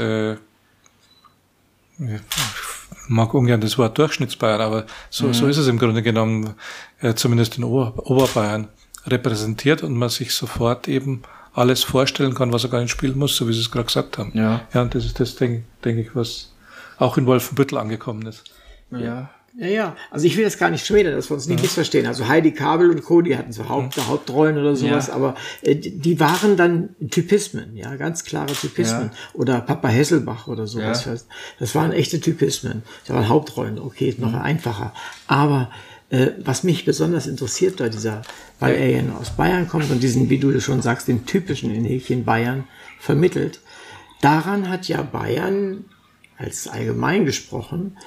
ich mag ungern das Wort Durchschnittsbayern, aber so ist es im Grunde genommen, zumindest in Oberbayern, repräsentiert und man sich sofort eben alles vorstellen kann, was er gar nicht spielen muss, so wie Sie es gerade gesagt haben. Ja, und das ist das, denke ich, was auch in Wolfenbüttel angekommen ist. Ja. Ja, also ich will das gar nicht schmälern, dass wir uns nicht missverstehen. Also Heidi Kabel und Co., die hatten so Hauptrollen oder sowas, aber die waren dann Typismen, ja, ganz klare Typismen. Ja. Oder Papa Hesselbach oder sowas. Ja. Das waren echte Typismen. Das waren Hauptrollen, okay, ist noch einfacher. Aber was mich besonders interessiert weil er ja aus Bayern kommt und diesen, wie du schon sagst, den typischen in Häkchen Bayern vermittelt, daran hat ja Bayern, als allgemein gesprochen,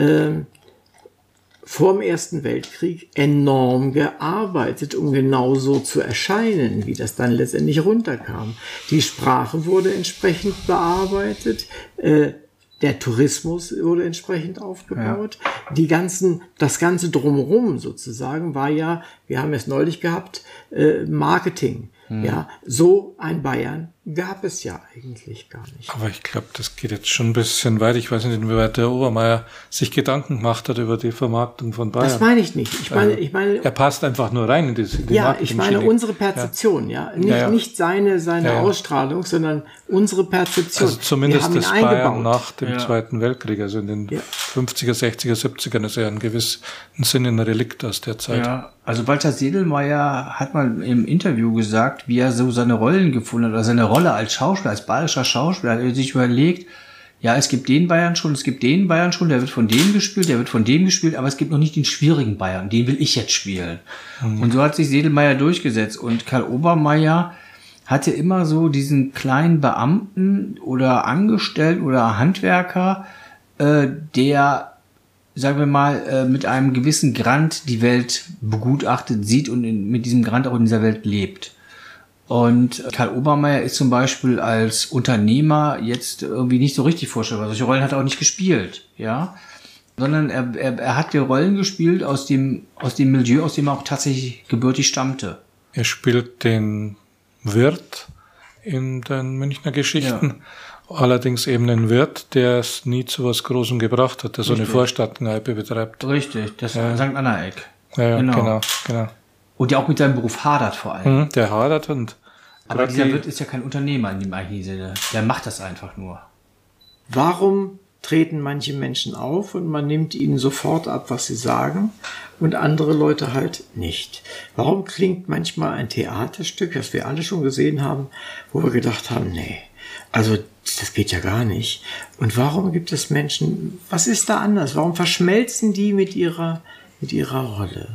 vor dem Ersten Weltkrieg enorm gearbeitet, um genauso zu erscheinen, wie das dann letztendlich runterkam. Die Sprache wurde entsprechend bearbeitet, der Tourismus wurde entsprechend aufgebaut. Ja. Das ganze Drumherum sozusagen war ja, wir haben es neulich gehabt, Marketing. Ja, so ein Bayern gab es ja eigentlich gar nicht. Aber ich glaube, das geht jetzt schon ein bisschen weit. Ich weiß nicht, inwieweit der Obermeier sich Gedanken gemacht hat über die Vermarktung von Bayern. Das meine ich nicht. Ich meine, er passt einfach nur rein in die ja, ich meine unsere Perzeption, nicht seine Ausstrahlung, sondern unsere Perzeption. Also zumindest das Bayern nach dem Zweiten Weltkrieg, also in den 50er, 60er, 70ern ist er in gewissem Sinne ein Relikt aus der Zeit. Ja, also Walter Sedlmayr hat mal im Interview gesagt, wie er so seine Rollen gefunden hat, oder seine Rolle als Schauspieler, als bayerischer Schauspieler, hat er sich überlegt, ja, es gibt den Bayern schon, der wird von dem gespielt, aber es gibt noch nicht den schwierigen Bayern, den will ich jetzt spielen. Und so hat sich Sedlmayr durchgesetzt und Karl Obermeier hatte immer so diesen kleinen Beamten oder Angestellten oder Handwerker, der, sagen wir mal, mit einem gewissen Grant die Welt begutachtet, sieht und mit diesem Grant auch in dieser Welt lebt. Und Karl Obermeier ist zum Beispiel als Unternehmer jetzt irgendwie nicht so richtig vorstellbar. Solche Rollen hat er auch nicht gespielt, ja. Sondern er hat die Rollen gespielt aus dem Milieu, aus dem er auch tatsächlich gebürtig stammte. Er spielt den Wirt in den Münchner Geschichten. Ja. Allerdings eben ein Wirt, der es nie zu was Großem gebracht hat, der so eine Vorstadtkneipe betreibt. Richtig, das ist St. Anna-Eck. Ja, genau. Und der auch mit seinem Beruf hadert vor allem. Der hadert aber dieser Wirt ist ja kein Unternehmer in dem eigentlichen Sinne. Der macht das einfach nur. Warum treten manche Menschen auf und man nimmt ihnen sofort ab, was sie sagen und andere Leute halt nicht? Warum klingt manchmal ein Theaterstück, das wir alle schon gesehen haben, wo wir gedacht haben, nee, also das geht ja gar nicht. Und warum gibt es Menschen, was ist da anders? Warum verschmelzen die mit ihrer Rolle?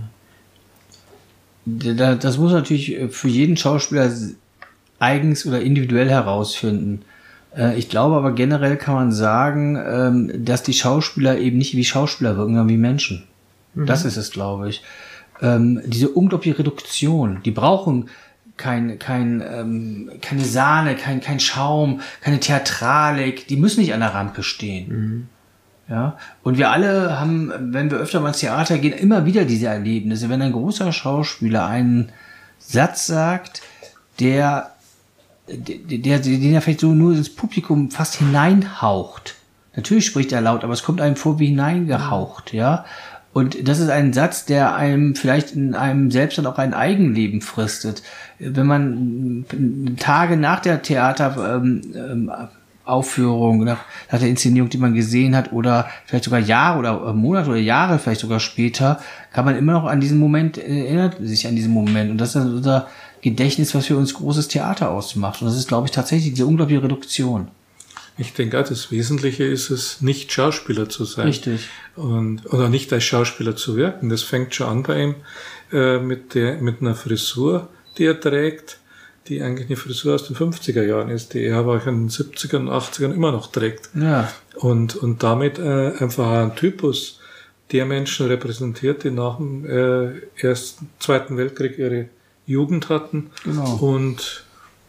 Das muss natürlich für jeden Schauspieler eigens oder individuell herausfinden. Ich glaube aber generell kann man sagen, dass die Schauspieler eben nicht wie Schauspieler wirken, sondern wie Menschen. Das ist es, glaube ich. Diese unglaubliche Reduktion, die brauchen keine Sahne, kein Schaum, keine Theatralik, die müssen nicht an der Rampe stehen. Ja, und wir alle haben, wenn wir öfter mal ins Theater gehen, immer wieder diese Erlebnisse, wenn ein großer Schauspieler einen Satz sagt, den er vielleicht so nur ins Publikum fast hineinhaucht. Natürlich spricht er laut, aber es kommt einem vor wie hineingehaucht, ja. Und das ist ein Satz, der einem vielleicht in einem selbst dann auch ein Eigenleben fristet. Wenn man Tage nach der Theateraufführung, nach der Inszenierung, die man gesehen hat, oder vielleicht sogar Jahre oder Monate oder Jahre vielleicht sogar später, kann man immer noch an diesen Moment, erinnert sich an diesen Moment. Und das ist unser Gedächtnis, was für uns großes Theater ausmacht. Und das ist, glaube ich, tatsächlich diese unglaubliche Reduktion. Ich denke auch, das Wesentliche ist es, nicht Schauspieler zu sein. Richtig. Oder nicht als Schauspieler zu wirken. Das fängt schon an bei ihm mit einer Frisur, die er trägt, die eigentlich eine Frisur aus den 50er Jahren ist, die er aber auch in den 70ern und 80ern immer noch trägt. Ja. Und damit einfach ein Typus der Menschen repräsentiert, die nach dem Zweiten Weltkrieg ihre Jugend hatten. Genau. Und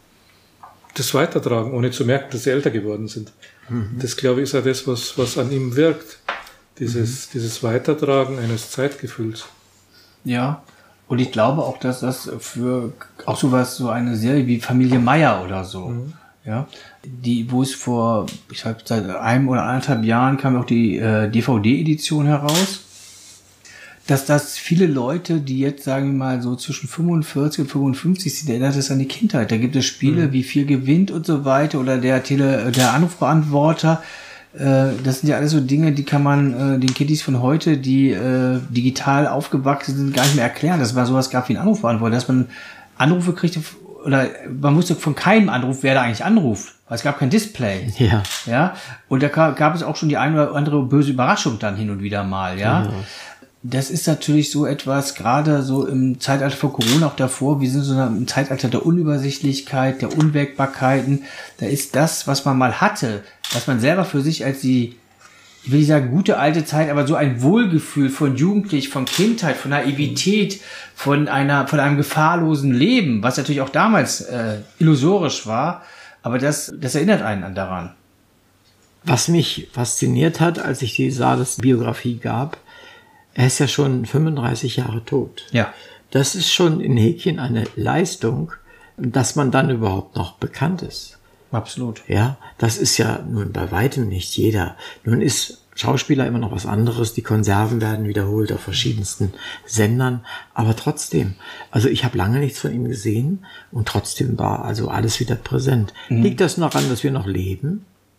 das weitertragen, ohne zu merken, dass sie älter geworden sind. Mhm. Das, glaube ich, ist auch das, was an ihm wirkt. Dieses Weitertragen eines Zeitgefühls. Ja, und ich glaube auch, dass das für auch so eine Serie wie Familie Meyer oder so, ja, wo es vor, ich sag, seit 1 oder 1,5 Jahren kam auch die DVD-Edition heraus, dass das viele Leute, die jetzt, sagen wir mal, so zwischen 45 und 55 sind, erinnert es an die Kindheit. Da gibt es Spiele wie Viel gewinnt und so weiter oder der Anrufbeantworter. Das sind ja alles so Dinge, die kann man den Kiddies von heute, die digital aufgewachsen sind, gar nicht mehr erklären. Dass man sowas gab wie ein Anrufbeantworter, dass man Anrufe kriegte, oder man wusste von keinem Anruf, wer da eigentlich anruft. Weil es gab kein Display. Ja. Ja. Und da gab es auch schon die eine oder andere böse Überraschung dann hin und wieder mal, ja. Das ist natürlich so etwas, gerade so im Zeitalter vor Corona, auch davor, wir sind so im Zeitalter der Unübersichtlichkeit, der Unwägbarkeiten. Da ist das, was man mal hatte, was man selber für sich als die, ich will nicht sagen gute alte Zeit, aber so ein Wohlgefühl von Jugendlich, von Kindheit, von Naivität, von einem gefahrlosen Leben, was natürlich auch damals illusorisch war, aber das erinnert einen daran. Was mich fasziniert hat, als ich die Sardes-Biografie gab, er ist ja schon 35 Jahre tot. Ja. Das ist schon in Häkchen eine Leistung, dass man dann überhaupt noch bekannt ist. Absolut. Ja, das ist ja nun bei weitem nicht jeder. Nun ist Schauspieler immer noch was anderes. Die Konserven werden wiederholt auf verschiedensten Sendern. Aber trotzdem, also ich habe lange nichts von ihm gesehen und trotzdem war also alles wieder präsent. Liegt das noch an, dass wir noch leben?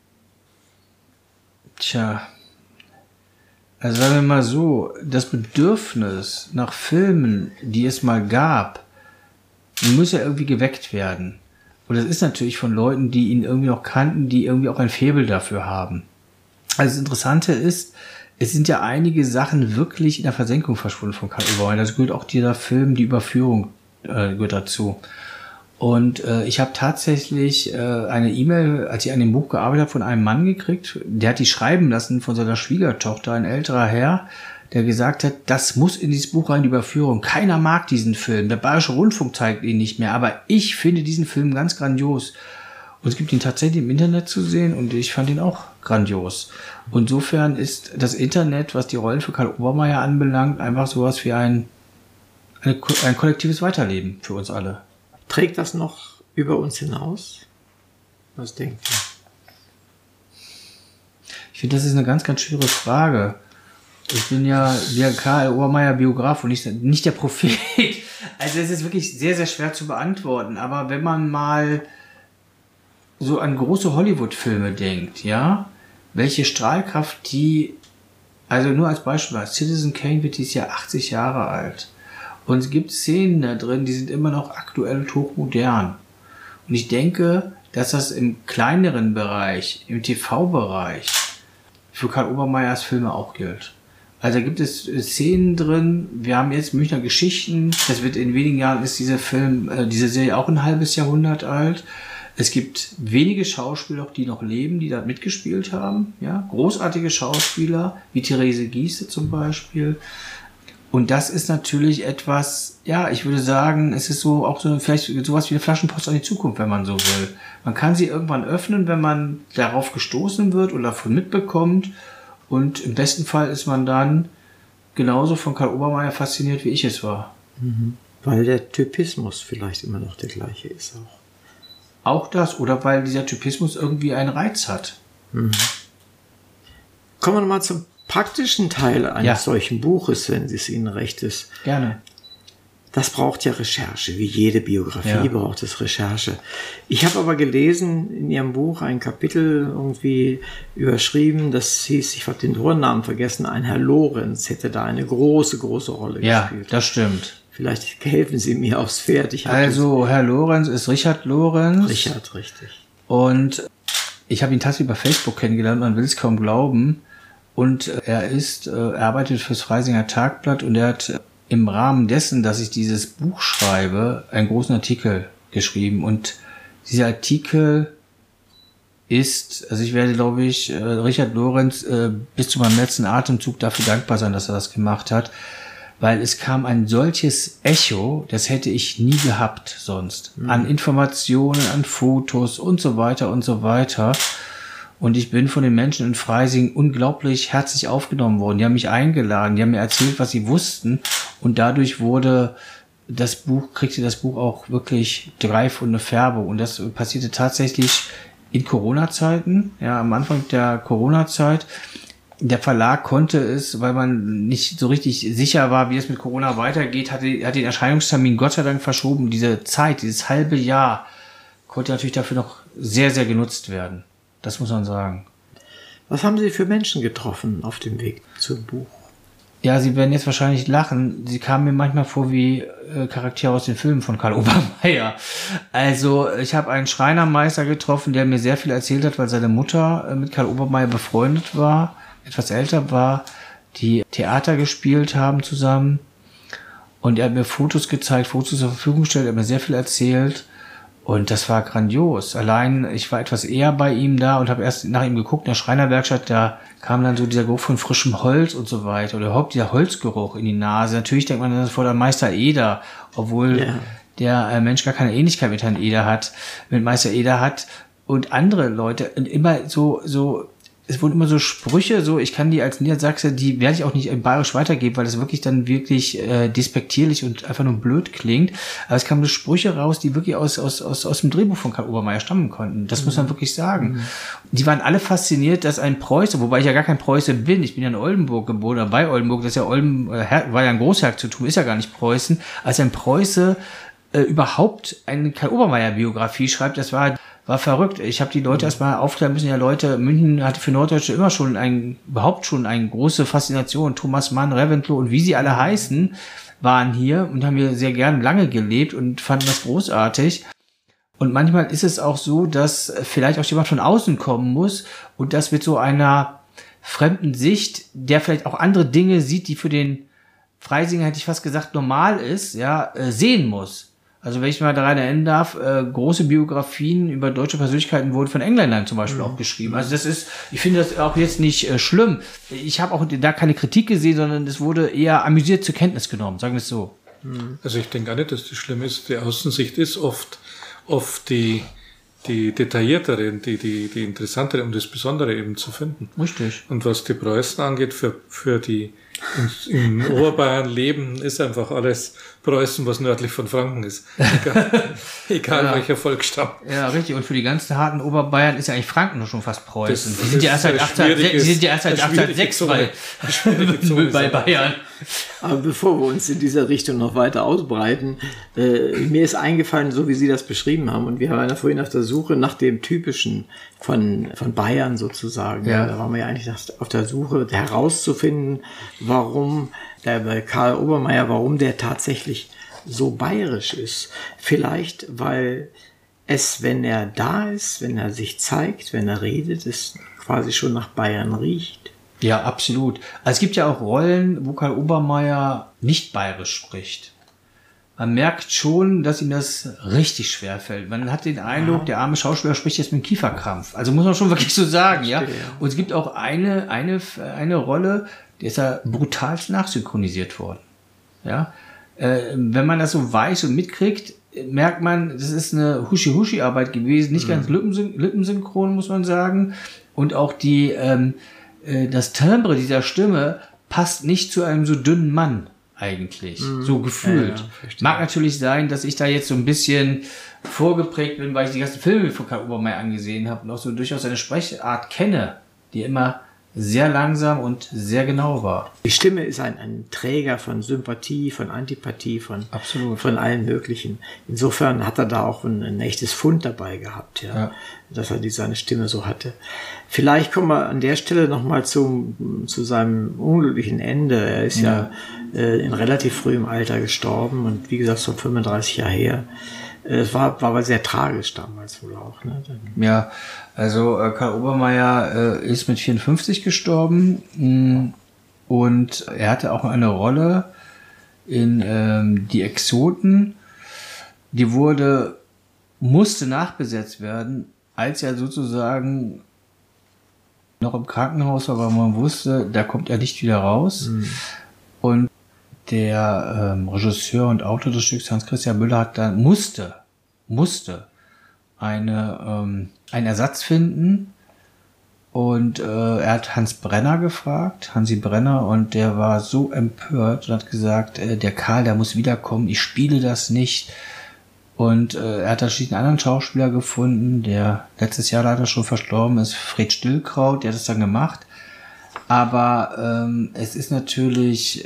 Tja. Also sagen wir mal so, das Bedürfnis nach Filmen, die es mal gab, muss ja irgendwie geweckt werden. Und das ist natürlich von Leuten, die ihn irgendwie noch kannten, die irgendwie auch ein Faible dafür haben. Also das Interessante ist, es sind ja einige Sachen wirklich in der Versenkung verschwunden von Karl Obermeier. Das gehört auch dieser Film, Die Überführung, gehört dazu. Und ich habe tatsächlich eine E-Mail, als ich an dem Buch gearbeitet habe, von einem Mann gekriegt, der hat die schreiben lassen von seiner Schwiegertochter, ein älterer Herr, der gesagt hat, das muss in dieses Buch rein, die Überführung. Keiner mag diesen Film. Der Bayerische Rundfunk zeigt ihn nicht mehr, aber ich finde diesen Film ganz grandios. Und es gibt ihn tatsächlich im Internet zu sehen und ich fand ihn auch grandios. Und insofern ist das Internet, was die Rollen für Karl Obermeier anbelangt, einfach sowas wie ein kollektives Weiterleben für uns alle. Trägt das noch über uns hinaus? Was denkt ihr? Ich finde, das ist eine ganz, ganz schwierige Frage. Ich bin ja der Karl Obermeier Biograf und nicht der Prophet. Also es ist wirklich sehr, sehr schwer zu beantworten. Aber wenn man mal so an große Hollywood-Filme denkt, ja, welche Strahlkraft die, also nur als Beispiel, Citizen Kane wird dieses Jahr 80 Jahre alt. Und es gibt Szenen da drin, die sind immer noch aktuell und hochmodern. Und ich denke, dass das im kleineren Bereich, im TV-Bereich, für Karl Obermeiers Filme auch gilt. Also da gibt es Szenen drin, wir haben jetzt Münchner Geschichten, das wird in wenigen Jahren ist diese Serie auch ein halbes Jahrhundert alt. Es gibt wenige Schauspieler, die noch leben, die da mitgespielt haben, ja, großartige Schauspieler, wie Therese Giehse zum Beispiel. Und das ist natürlich etwas, ja, ich würde sagen, es ist so auch so vielleicht sowas wie eine Flaschenpost an die Zukunft, wenn man so will. Man kann sie irgendwann öffnen, wenn man darauf gestoßen wird oder davon mitbekommt. Und im besten Fall ist man dann genauso von Karl Obermeier fasziniert, wie ich es war. Weil der Typismus vielleicht immer noch der gleiche ist auch. Auch das, oder weil dieser Typismus irgendwie einen Reiz hat. Kommen wir mal zum praktischen Teil eines solchen Buches, wenn es Ihnen recht ist. Gerne. Das braucht ja Recherche, wie jede Biografie braucht es Recherche. Ich habe aber gelesen in Ihrem Buch ein Kapitel irgendwie überschrieben, das hieß, ich habe den Namen vergessen, ein Herr Lorenz hätte da eine große, große Rolle gespielt. Ja, das stimmt. Vielleicht helfen Sie mir aufs Pferd. Also Herr Lorenz ist Richard Lorenz. Richard, richtig. Und Ich habe ihn tatsächlich über Facebook kennengelernt, man will es kaum glauben. Und er arbeitet fürs Freisinger Tagblatt und er hat im Rahmen dessen, dass ich dieses Buch schreibe, einen großen Artikel geschrieben. Und dieser Artikel ist, also ich werde, glaube ich, Richard Lorenz bis zu meinem letzten Atemzug dafür dankbar sein, dass er das gemacht hat, weil es kam ein solches Echo, das hätte ich nie gehabt sonst, an Informationen, an Fotos und so weiter und so weiter. Und ich bin von den Menschen in Freising unglaublich herzlich aufgenommen worden. Die haben mich eingeladen, die haben mir erzählt, was sie wussten. Und dadurch kriegte das Buch auch wirklich Dreif und eine Färbung. Und das passierte tatsächlich in Corona-Zeiten, ja, am Anfang der Corona-Zeit. Der Verlag konnte es, weil man nicht so richtig sicher war, wie es mit Corona weitergeht, hat den Erscheinungstermin Gott sei Dank verschoben. Diese Zeit, dieses halbe Jahr, konnte natürlich dafür noch sehr, sehr genutzt werden. Das muss man sagen. Was haben Sie für Menschen getroffen auf dem Weg zum Buch? Ja, Sie werden jetzt wahrscheinlich lachen. Sie kamen mir manchmal vor wie Charaktere aus den Filmen von Karl Obermeier. Also ich habe einen Schreinermeister getroffen, der mir sehr viel erzählt hat, weil seine Mutter mit Karl Obermeier befreundet war, etwas älter war, die Theater gespielt haben zusammen. Und er hat mir Fotos gezeigt, Fotos zur Verfügung gestellt, er hat mir sehr viel erzählt. Und das war grandios. Allein, ich war etwas eher bei ihm da und habe erst nach ihm geguckt, in der Schreinerwerkstatt, da kam dann so dieser Geruch von frischem Holz und so weiter. Oder überhaupt dieser Holzgeruch in die Nase. Natürlich denkt man dann sofort an Meister Eder, obwohl der Mensch gar keine Ähnlichkeit mit Herrn Eder hat, mit Meister Eder hat. Und andere Leute, und immer es wurden immer so Sprüche, ich kann die als Niedersachse, die werde ich auch nicht in Bayerisch weitergeben, weil das wirklich dann wirklich despektierlich und einfach nur blöd klingt. Aber es kamen so Sprüche raus, die wirklich aus dem Drehbuch von Karl Obermeier stammen konnten. Das muss man wirklich sagen. Die waren alle fasziniert, dass ein Preuße, wobei ich ja gar kein Preuße bin, ich bin ja in Oldenburg geboren, oder bei Oldenburg, das ist ja war ja ein Großherzogtum, ist ja gar nicht Preußen, als ein Preuße überhaupt eine Karl Obermeier-Biografie schreibt, das war verrückt. Ich habe die Leute erstmal aufklären müssen. Ja, Leute, München hatte für Norddeutsche immer schon eine große Faszination. Thomas Mann, Reventlow und wie sie alle heißen, waren hier und haben hier sehr gern lange gelebt und fanden das großartig. Und manchmal ist es auch so, dass vielleicht auch jemand von außen kommen muss und das mit so einer fremden Sicht, der vielleicht auch andere Dinge sieht, die für den Freisinger, hätte ich fast gesagt, normal ist, ja, sehen muss. Also wenn ich mal daran erinnern darf, große Biografien über deutsche Persönlichkeiten wurden von Engländern zum Beispiel auch geschrieben. Also ich finde das auch jetzt nicht schlimm. Ich habe auch da keine Kritik gesehen, sondern es wurde eher amüsiert zur Kenntnis genommen, sagen wir es so. Also ich denke auch nicht, dass das schlimm ist. Die Außensicht ist oft die detailliertere, die interessantere, um das Besondere eben zu finden. Richtig. Und was die Preußen angeht, für die in Oberbayern leben, ist einfach alles Preußen, was nördlich von Franken ist. Egal welcher Volksstamm. Ja, richtig. Und für die ganzen harten Oberbayern ist ja eigentlich Franken schon fast Preußen. Die sind ja erst seit 1806 bei Bayern. Aber bevor wir uns in dieser Richtung noch weiter ausbreiten, mir ist eingefallen, so wie Sie das beschrieben haben, und wir waren ja vorhin auf der Suche nach dem Typischen von Bayern sozusagen. Ja. Da waren wir ja eigentlich auf der Suche herauszufinden, warum bei Karl Obermeier, warum der tatsächlich so bayerisch ist. Vielleicht, weil es, wenn er da ist, wenn er sich zeigt, wenn er redet, es quasi schon nach Bayern riecht. Ja, absolut. Also es gibt ja auch Rollen, wo Karl Obermeier nicht bayerisch spricht. Man merkt schon, dass ihm das richtig schwer fällt. Man hat den Eindruck, der arme Schauspieler spricht jetzt mit Kieferkrampf. Also muss man schon wirklich so sagen, ja. Und es gibt auch eine Rolle, die ist ja brutalst nachsynchronisiert worden. Ja. Wenn man das so weiß und mitkriegt, merkt man, das ist eine Huschi-Huschi-Arbeit gewesen, nicht ganz lippensynchron, muss man sagen. Und auch das Timbre dieser Stimme passt nicht zu einem so dünnen Mann eigentlich, so gefühlt. Mag natürlich sein, dass ich da jetzt so ein bisschen vorgeprägt bin, weil ich die ganzen Filme von Karl Obermeier angesehen habe und auch so durchaus seine Sprechart kenne, die immer sehr langsam und sehr genau war. Die Stimme ist ein Träger von Sympathie, von Antipathie, von allen möglichen. Insofern hat er da auch ein echtes Fund dabei gehabt, ja. Dass er seine Stimme so hatte. Vielleicht kommen wir an der Stelle nochmal zu seinem unglücklichen Ende. Er ist ja in relativ frühem Alter gestorben und wie gesagt, schon 35 Jahre her. Es war aber sehr tragisch damals wohl auch. Ne? Ja, also Karl Obermeier ist mit 54 gestorben und er hatte auch eine Rolle in Die Exoten. Die musste nachbesetzt werden, als er sozusagen noch im Krankenhaus war, weil man wusste, da kommt er nicht wieder raus. Und der Regisseur und Autor des Stücks, Hans-Christian Müller, hat dann musste einen Ersatz finden. Und er hat Hansi Brenner gefragt, und der war so empört und hat gesagt, der Karl, der muss wiederkommen, ich spiele das nicht. Und er hat da schließlich einen anderen Schauspieler gefunden, der letztes Jahr leider schon verstorben ist, Fred Stillkraut, der hat das dann gemacht. Aber es ist natürlich,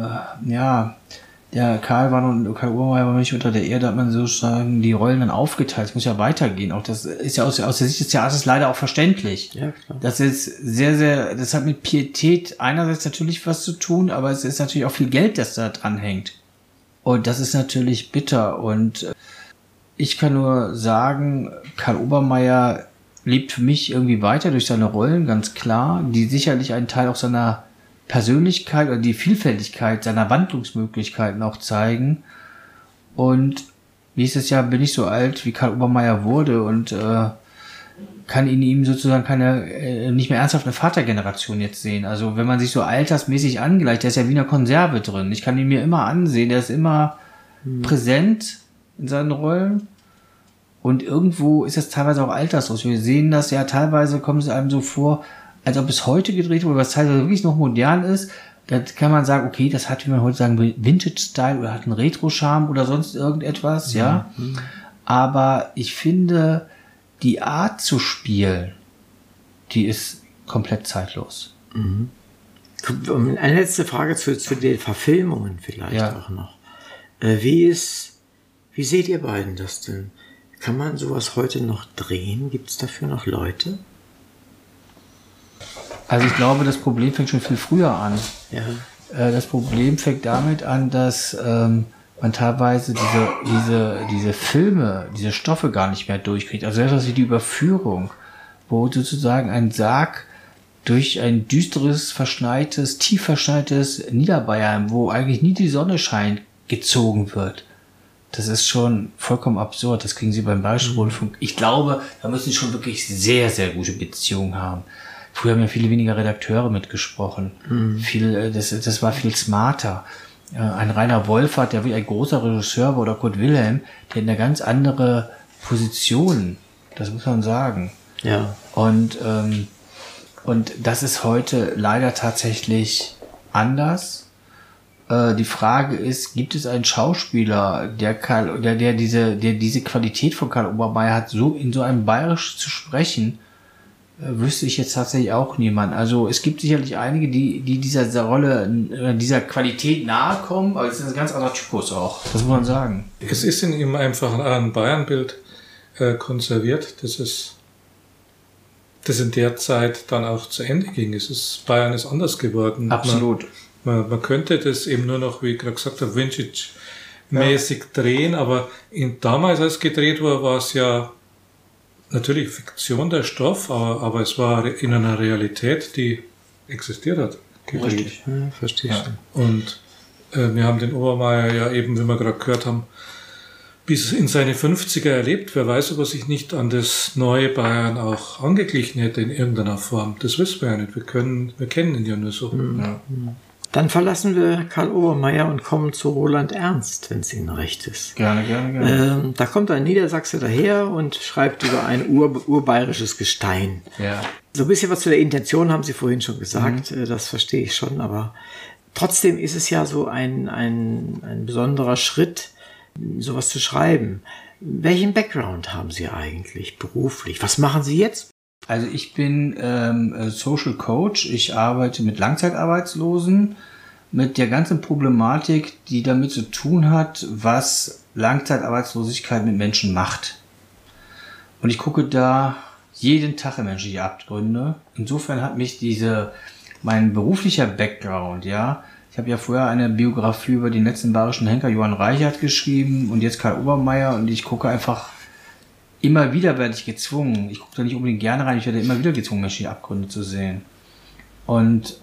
der Karl Obermeier war nicht unter der Erde, hat man sozusagen die Rollen dann aufgeteilt. Es muss ja weitergehen. Auch das ist ja aus der Sicht des Theaters leider auch verständlich. Ja, klar. Das ist das hat mit Pietät einerseits natürlich was zu tun, aber es ist natürlich auch viel Geld, das da dran hängt. Und das ist natürlich bitter. Und ich kann nur sagen, Karl Obermeier lebt für mich irgendwie weiter durch seine Rollen, ganz klar, die sicherlich einen Teil auch seiner Persönlichkeit oder die Vielfältigkeit seiner Wandlungsmöglichkeiten auch zeigen. Und nächstes Jahr bin ich so alt, wie Karl Obermeier wurde und kann in ihm sozusagen nicht mehr ernsthaft eine Vatergeneration jetzt sehen. Also wenn man sich so altersmäßig angleicht, der ist ja wie eine Konserve drin. Ich kann ihn mir immer ansehen, der ist immer präsent in seinen Rollen. Und irgendwo ist das teilweise auch alterslos. Wir sehen das ja, teilweise kommt es einem so vor, als ob es heute gedreht wurde, was teilweise wirklich noch modern ist. Da kann man sagen, okay, das hat, wie man heute sagen will, Vintage-Style oder hat einen Retro-Charme oder sonst irgendetwas, ja. Aber ich finde, die Art zu spielen, die ist komplett zeitlos. Eine letzte Frage zu den Verfilmungen vielleicht auch noch. Wie seht ihr beiden das denn? Kann man sowas heute noch drehen? Gibt es dafür noch Leute? Also ich glaube, das Problem fängt schon viel früher an. Ja. Das Problem fängt damit an, dass man teilweise diese Filme, diese Stoffe gar nicht mehr durchkriegt. Also etwas wie die Überführung, wo sozusagen ein Sarg durch ein düsteres, tief verschneites Niederbayern, wo eigentlich nie die Sonne scheint, gezogen wird. Das ist schon vollkommen absurd. Das kriegen sie beim Bayerischen Rundfunk. Ich glaube, da müssen sie schon wirklich sehr, sehr gute Beziehungen haben. Früher haben ja viele weniger Redakteure mitgesprochen. Das war viel smarter. Ein Rainer Wolfert, der wie ein großer Regisseur war, oder Kurt Wilhelm, der hat eine ganz andere Position. Das muss man sagen. Ja. Und das ist heute leider tatsächlich anders. Die Frage ist, gibt es einen Schauspieler, der diese Qualität von Karl Obermeier hat, so in so einem Bayerisch zu sprechen, wüsste ich jetzt tatsächlich auch niemand. Also es gibt sicherlich einige, die dieser Rolle, dieser Qualität nahe kommen, aber es ist ein ganz anderer Typus auch, das muss man sagen. Es ist in ihm einfach ein Bayernbild konserviert, das in der Zeit dann auch zu Ende ging. Bayern ist anders geworden. Absolut. Man könnte das eben nur noch, wie ich gerade gesagt habe, Vintage-mäßig drehen, aber damals, als gedreht war es ja natürlich Fiktion der Stoff, aber es war in einer Realität, die existiert hat. Richtig, ja, verstehe ich. Ja. Und wir haben den Obermeier ja eben, wie wir gerade gehört haben, bis in seine 50er erlebt. Wer weiß, ob er sich nicht an das neue Bayern auch angeglichen hätte in irgendeiner Form. Das wissen wir ja nicht. Wir kennen ihn ja nur so. Ja. Dann verlassen wir Karl Obermeier und kommen zu Roland Ernst, wenn es Ihnen recht ist. Gerne. Da kommt ein Niedersachse daher und schreibt über ein urbayerisches Gestein. Ja. So ein bisschen was zu der Intention haben Sie vorhin schon gesagt, das verstehe ich schon, aber trotzdem ist es ja so ein besonderer Schritt, sowas zu schreiben. Welchen Background haben Sie eigentlich beruflich? Was machen Sie jetzt? Also ich bin Social Coach. Ich arbeite mit Langzeitarbeitslosen, mit der ganzen Problematik, die damit zu tun hat, was Langzeitarbeitslosigkeit mit Menschen macht. Und ich gucke da jeden Tag in menschliche Abgründe. Insofern hat mich mein beruflicher Background, Ich habe ja vorher eine Biografie über den letzten bayerischen Henker Johann Reichert geschrieben und jetzt Karl Obermeier und ich gucke einfach, immer wieder werde ich gezwungen, ich gucke da nicht unbedingt gerne rein, ich werde immer wieder gezwungen, Menschen Abgründe zu sehen. Und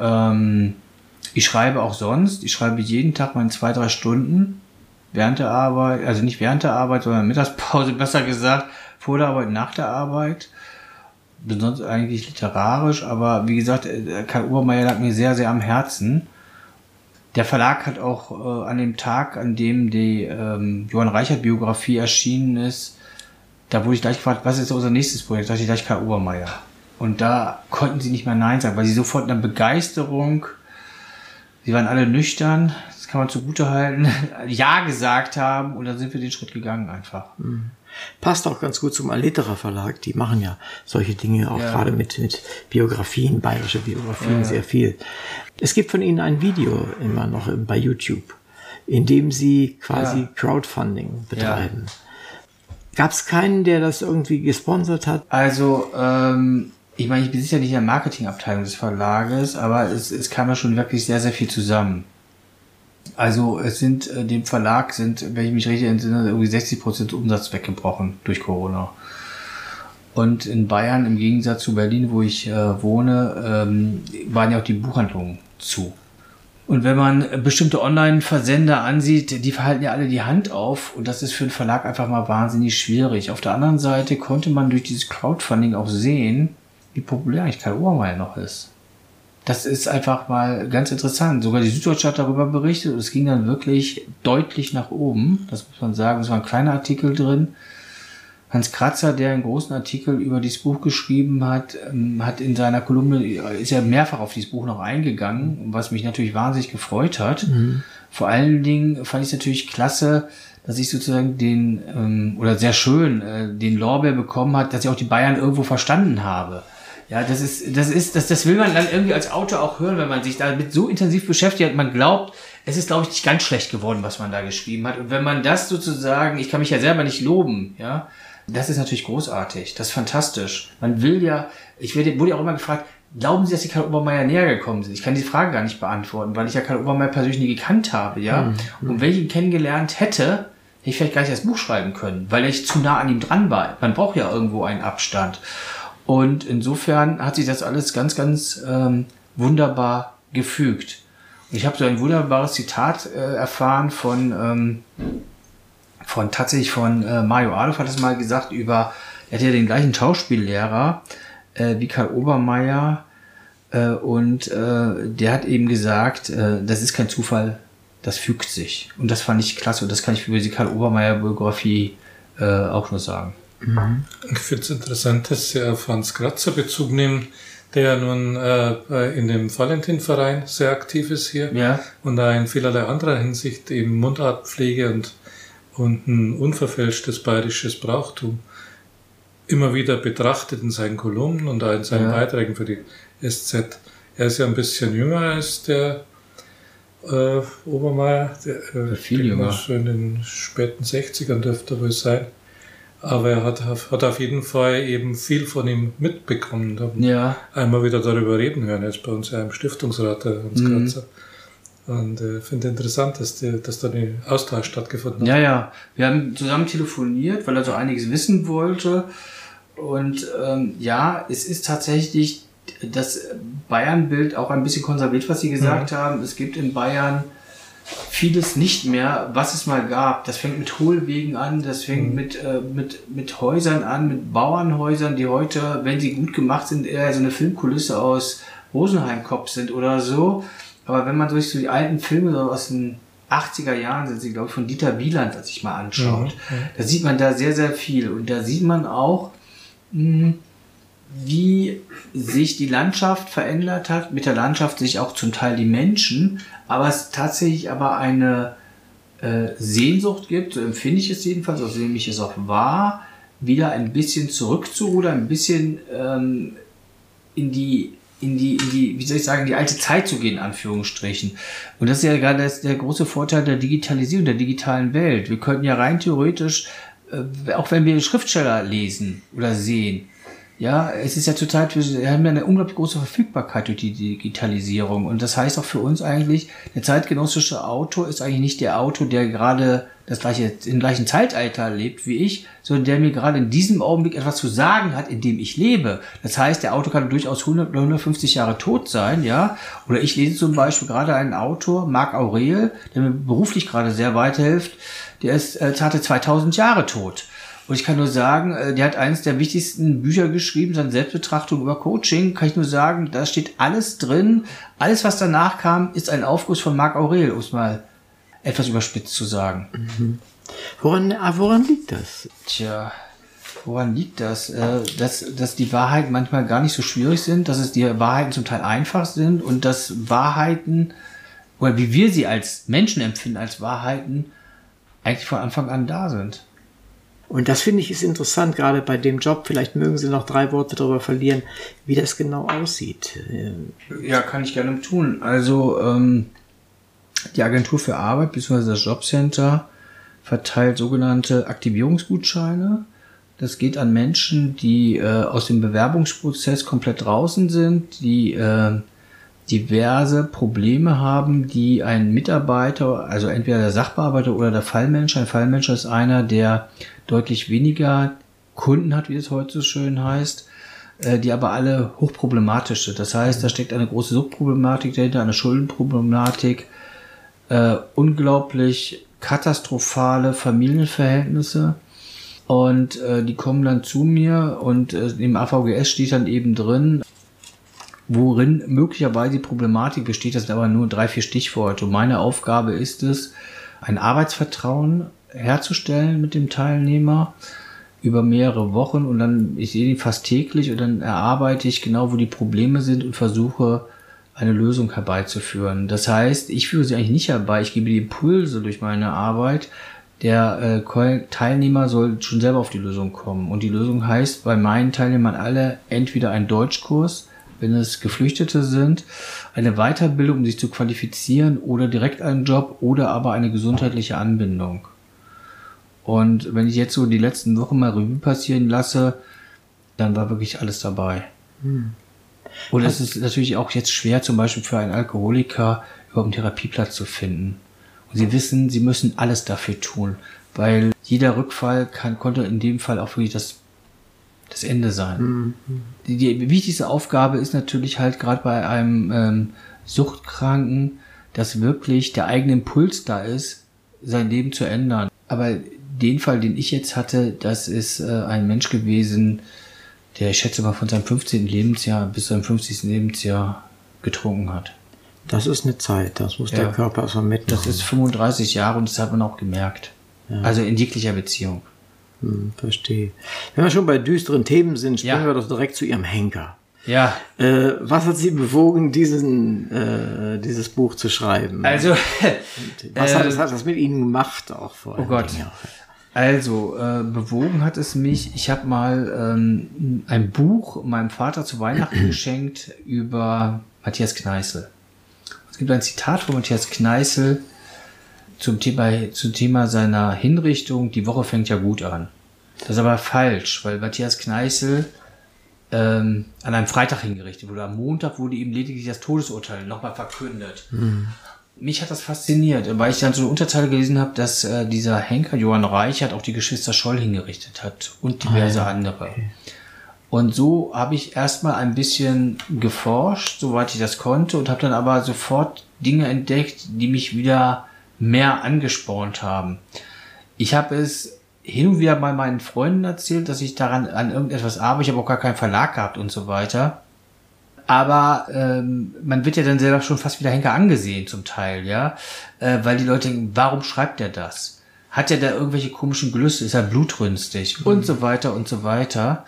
ich schreibe auch sonst, ich schreibe jeden Tag meine 2-3 Stunden während der Arbeit, also nicht während der Arbeit, sondern Mittagspause, besser gesagt, vor der Arbeit, nach der Arbeit. Sonst eigentlich literarisch, aber wie gesagt, Karl Obermeier lag mir sehr, sehr am Herzen. Der Verlag hat auch an dem Tag, an dem die Johann Reichert-Biografie erschienen ist, da wurde ich gleich gefragt, was ist unser nächstes Projekt? Da dachte ich gleich Karl Obermeier. Und da konnten sie nicht mehr Nein sagen, weil sie sofort in der Begeisterung, sie waren alle nüchtern, das kann man zugutehalten, Ja gesagt haben und dann sind wir den Schritt gegangen einfach. Passt auch ganz gut zum Alliterer Verlag, die machen ja solche Dinge auch gerade mit Biografien, bayerische Biografien sehr viel. Es gibt von ihnen ein Video immer noch bei YouTube, in dem sie quasi Crowdfunding betreiben. Gab es keinen, der das irgendwie gesponsert hat? Also, ich meine, ich bin sicher nicht in der Marketingabteilung des Verlages, aber es kam ja schon wirklich sehr, sehr viel zusammen. Also es sind, dem Verlag sind, wenn ich mich richtig entsinne, irgendwie 60% Umsatz weggebrochen durch Corona. Und in Bayern, im Gegensatz zu Berlin, wo ich wohne, waren ja auch die Buchhandlungen zu. Und wenn man bestimmte Online-Versender ansieht, die verhalten ja alle die Hand auf und das ist für einen Verlag einfach mal wahnsinnig schwierig. Auf der anderen Seite konnte man durch dieses Crowdfunding auch sehen, wie populär eigentlich Karl Obermeier noch ist. Das ist einfach mal ganz interessant. Sogar die Süddeutsche hat darüber berichtet und es ging dann wirklich deutlich nach oben. Das muss man sagen. Es war ein kleiner Artikel drin. Hans Kratzer, der einen großen Artikel über dieses Buch geschrieben hat, hat in seiner Kolumne, ist ja mehrfach auf dieses Buch noch eingegangen, was mich natürlich wahnsinnig gefreut hat. Vor allen Dingen fand ich es natürlich klasse, dass ich sozusagen oder sehr schön, den Lorbeer bekommen hat, dass ich auch die Bayern irgendwo verstanden habe. Ja, das will man dann irgendwie als Autor auch hören, wenn man sich damit so intensiv beschäftigt. Man glaubt, es ist, glaube ich, nicht ganz schlecht geworden, was man da geschrieben hat. Und wenn man das sozusagen, ich kann mich ja selber nicht loben, ja, das ist natürlich großartig. Das ist fantastisch. Man will ja, wurde ja auch immer gefragt, glauben Sie, dass Sie Karl Obermeier näher gekommen sind? Ich kann die Frage gar nicht beantworten, weil ich ja Karl Obermeier persönlich nie gekannt habe, ja. Und wenn ich ihn kennengelernt hätte, hätte ich vielleicht gar nicht das Buch schreiben können, weil ich zu nah an ihm dran war. Man braucht ja irgendwo einen Abstand. Und insofern hat sich das alles ganz, ganz wunderbar gefügt. Und ich habe so ein wunderbares Zitat erfahren von Mario Adolf hat es mal gesagt er hat ja den gleichen Schauspiellehrer wie Karl Obermeier und der hat eben gesagt, das ist kein Zufall, das fügt sich. Und das fand ich klasse und das kann ich über die Karl Obermeier Biografie auch nur sagen. Ich finde es interessant, dass Sie auf Hans Kratzer Bezug nehmen, der ja nun in dem Valentinverein sehr aktiv ist hier und da in vielerlei anderer Hinsicht eben Mundartpflege und ein unverfälschtes bayerisches Brauchtum immer wieder betrachtet in seinen Kolumnen und auch in seinen Beiträgen für die SZ. Er ist ja ein bisschen jünger als der Obermeier, der viel jünger. So in den späten 60ern dürfte er wohl sein. Aber er hat auf jeden Fall eben viel von ihm mitbekommen. Einmal wieder darüber reden hören. Er ist bei uns ja im Stiftungsrat, der Hans Kratzer. Und finde interessant, dass da ein Austausch stattgefunden hat. Ja. Wir haben zusammen telefoniert, weil er so einiges wissen wollte. Und es ist tatsächlich das Bayern-Bild auch ein bisschen konserviert, was Sie gesagt haben. Es gibt in Bayern vieles nicht mehr, was es mal gab. Das fängt mit Hohlwegen an, das fängt mit Häusern an, mit Bauernhäusern, die heute, wenn sie gut gemacht sind, eher so eine Filmkulisse aus Rosenheim-Kopf sind oder so. Aber wenn man sich so die alten Filme so aus den 80er Jahren, sind sie, glaube ich, von Dieter Wieland, sich mal anschaut, da sieht man da sehr, sehr viel. Und da sieht man auch, wie sich die Landschaft verändert hat, mit der Landschaft sich auch zum Teil die Menschen, aber es tatsächlich eine Sehnsucht gibt, so empfinde ich es jedenfalls, so nehme ich es auch wahr, wieder ein bisschen zurückzurudern, ein bisschen in die, wie soll ich sagen, die alte Zeit zu gehen, in Anführungsstrichen. Und das ist ja gerade der große Vorteil der Digitalisierung, der digitalen Welt. Wir könnten ja rein theoretisch, auch wenn wir Schriftsteller lesen oder sehen, Ja, es ist ja zurzeit, wir haben ja eine unglaublich große Verfügbarkeit durch die Digitalisierung. Und das heißt auch für uns eigentlich, der zeitgenössische Autor ist eigentlich nicht der Autor, der gerade im gleichen Zeitalter lebt wie ich, sondern der mir gerade in diesem Augenblick etwas zu sagen hat, in dem ich lebe. Das heißt, der Autor kann durchaus 100 oder 150 Jahre tot sein, ja. Oder ich lese zum Beispiel gerade einen Autor, Marc Aurel, der mir beruflich gerade sehr weiterhilft, der ist zarte 2000 Jahre tot. Und ich kann nur sagen, der hat eines der wichtigsten Bücher geschrieben, seine Selbstbetrachtung über Coaching. Kann ich nur sagen, da steht alles drin. Alles, was danach kam, ist ein Aufguss von Marc Aurel, um es mal etwas überspitzt zu sagen. Mhm. Woran liegt das? Tja, woran liegt das? Dass die Wahrheiten manchmal gar nicht so schwierig sind, dass es die Wahrheiten zum Teil einfach sind und dass Wahrheiten, oder wie wir sie als Menschen empfinden, als Wahrheiten, eigentlich von Anfang an da sind. Und das finde ich ist interessant, gerade bei dem Job. Vielleicht mögen Sie noch 3 Worte darüber verlieren, wie das genau aussieht. Ja, kann ich gerne tun. Also die Agentur für Arbeit bzw. das Jobcenter verteilt sogenannte Aktivierungsgutscheine. Das geht an Menschen, die aus dem Bewerbungsprozess komplett draußen sind, die diverse Probleme haben, die ein Mitarbeiter, also entweder der Sachbearbeiter oder der Fallmanager. Ein Fallmanager ist einer, der deutlich weniger Kunden hat, wie es heute so schön heißt, die aber alle hochproblematisch sind. Das heißt, da steckt eine große Suchtproblematik dahinter, eine Schuldenproblematik, unglaublich katastrophale Familienverhältnisse. Und die kommen dann zu mir und im AVGS steht dann eben drin, worin möglicherweise die Problematik besteht. Das sind aber nur 3-4 Stichworte. Und meine Aufgabe ist es, ein Arbeitsvertrauen herzustellen mit dem Teilnehmer über mehrere Wochen. Und dann, ich sehe ihn fast täglich und dann erarbeite ich genau, wo die Probleme sind und versuche, eine Lösung herbeizuführen. Das heißt, ich führe sie eigentlich nicht herbei. Ich gebe die Impulse durch meine Arbeit. Der Teilnehmer soll schon selber auf die Lösung kommen. Und die Lösung heißt bei meinen Teilnehmern alle entweder ein Deutschkurs, wenn es Geflüchtete sind, eine Weiterbildung, um sich zu qualifizieren oder direkt einen Job oder aber eine gesundheitliche Anbindung. Und wenn ich jetzt so die letzten Wochen mal Revue passieren lasse, dann war wirklich alles dabei. Und es ist natürlich auch jetzt schwer, zum Beispiel für einen Alkoholiker überhaupt einen Therapieplatz zu finden. Und Sie wissen, Sie müssen alles dafür tun, weil jeder Rückfall konnte in dem Fall auch wirklich das Ende sein. Die wichtigste Aufgabe ist natürlich halt gerade bei einem Suchtkranken, dass wirklich der eigene Impuls da ist, sein Leben zu ändern. Aber den Fall, den ich jetzt hatte, das ist ein Mensch gewesen, der, ich schätze mal, von seinem 15. Lebensjahr bis seinem 50. Lebensjahr getrunken hat. Das ist eine Zeit, das muss der Körper so mitmachen. Das ist 35 Jahre und das hat man auch gemerkt. Ja. Also in jeglicher Beziehung. Verstehe. Wenn wir schon bei düsteren Themen sind, springen wir doch direkt zu Ihrem Henker. Ja. Was hat Sie bewogen, dieses Buch zu schreiben? Also, was hat das mit Ihnen gemacht auch vorher? Oh Gott. Also, bewogen hat es mich, ich habe mal ein Buch meinem Vater zu Weihnachten geschenkt über Matthias Kneißl. Es gibt ein Zitat von Matthias Kneißl zum Thema seiner Hinrichtung, die Woche fängt ja gut an. Das ist aber falsch, weil Matthias Kneißl an einem Freitag hingerichtet wurde. Am Montag wurde ihm lediglich das Todesurteil nochmal verkündet. Mich hat das fasziniert, weil ich dann so eine Unterzeile gelesen habe, dass dieser Henker Johann Reichert auch die Geschwister Scholl hingerichtet hat und diverse andere. Okay. Und so habe ich erstmal ein bisschen geforscht, soweit ich das konnte, und habe dann aber sofort Dinge entdeckt, die mich wieder mehr angespornt haben. Ich habe es hin und wieder mal meinen Freunden erzählt, dass ich daran an irgendetwas arbeite. Ich habe auch gar keinen Verlag gehabt und so weiter. Aber man wird ja dann selber schon fast wieder Henker angesehen zum Teil, ja, weil die Leute denken, warum schreibt er das? Hat er da irgendwelche komischen Gelüste? Ist er blutrünstig? Und so weiter und so weiter.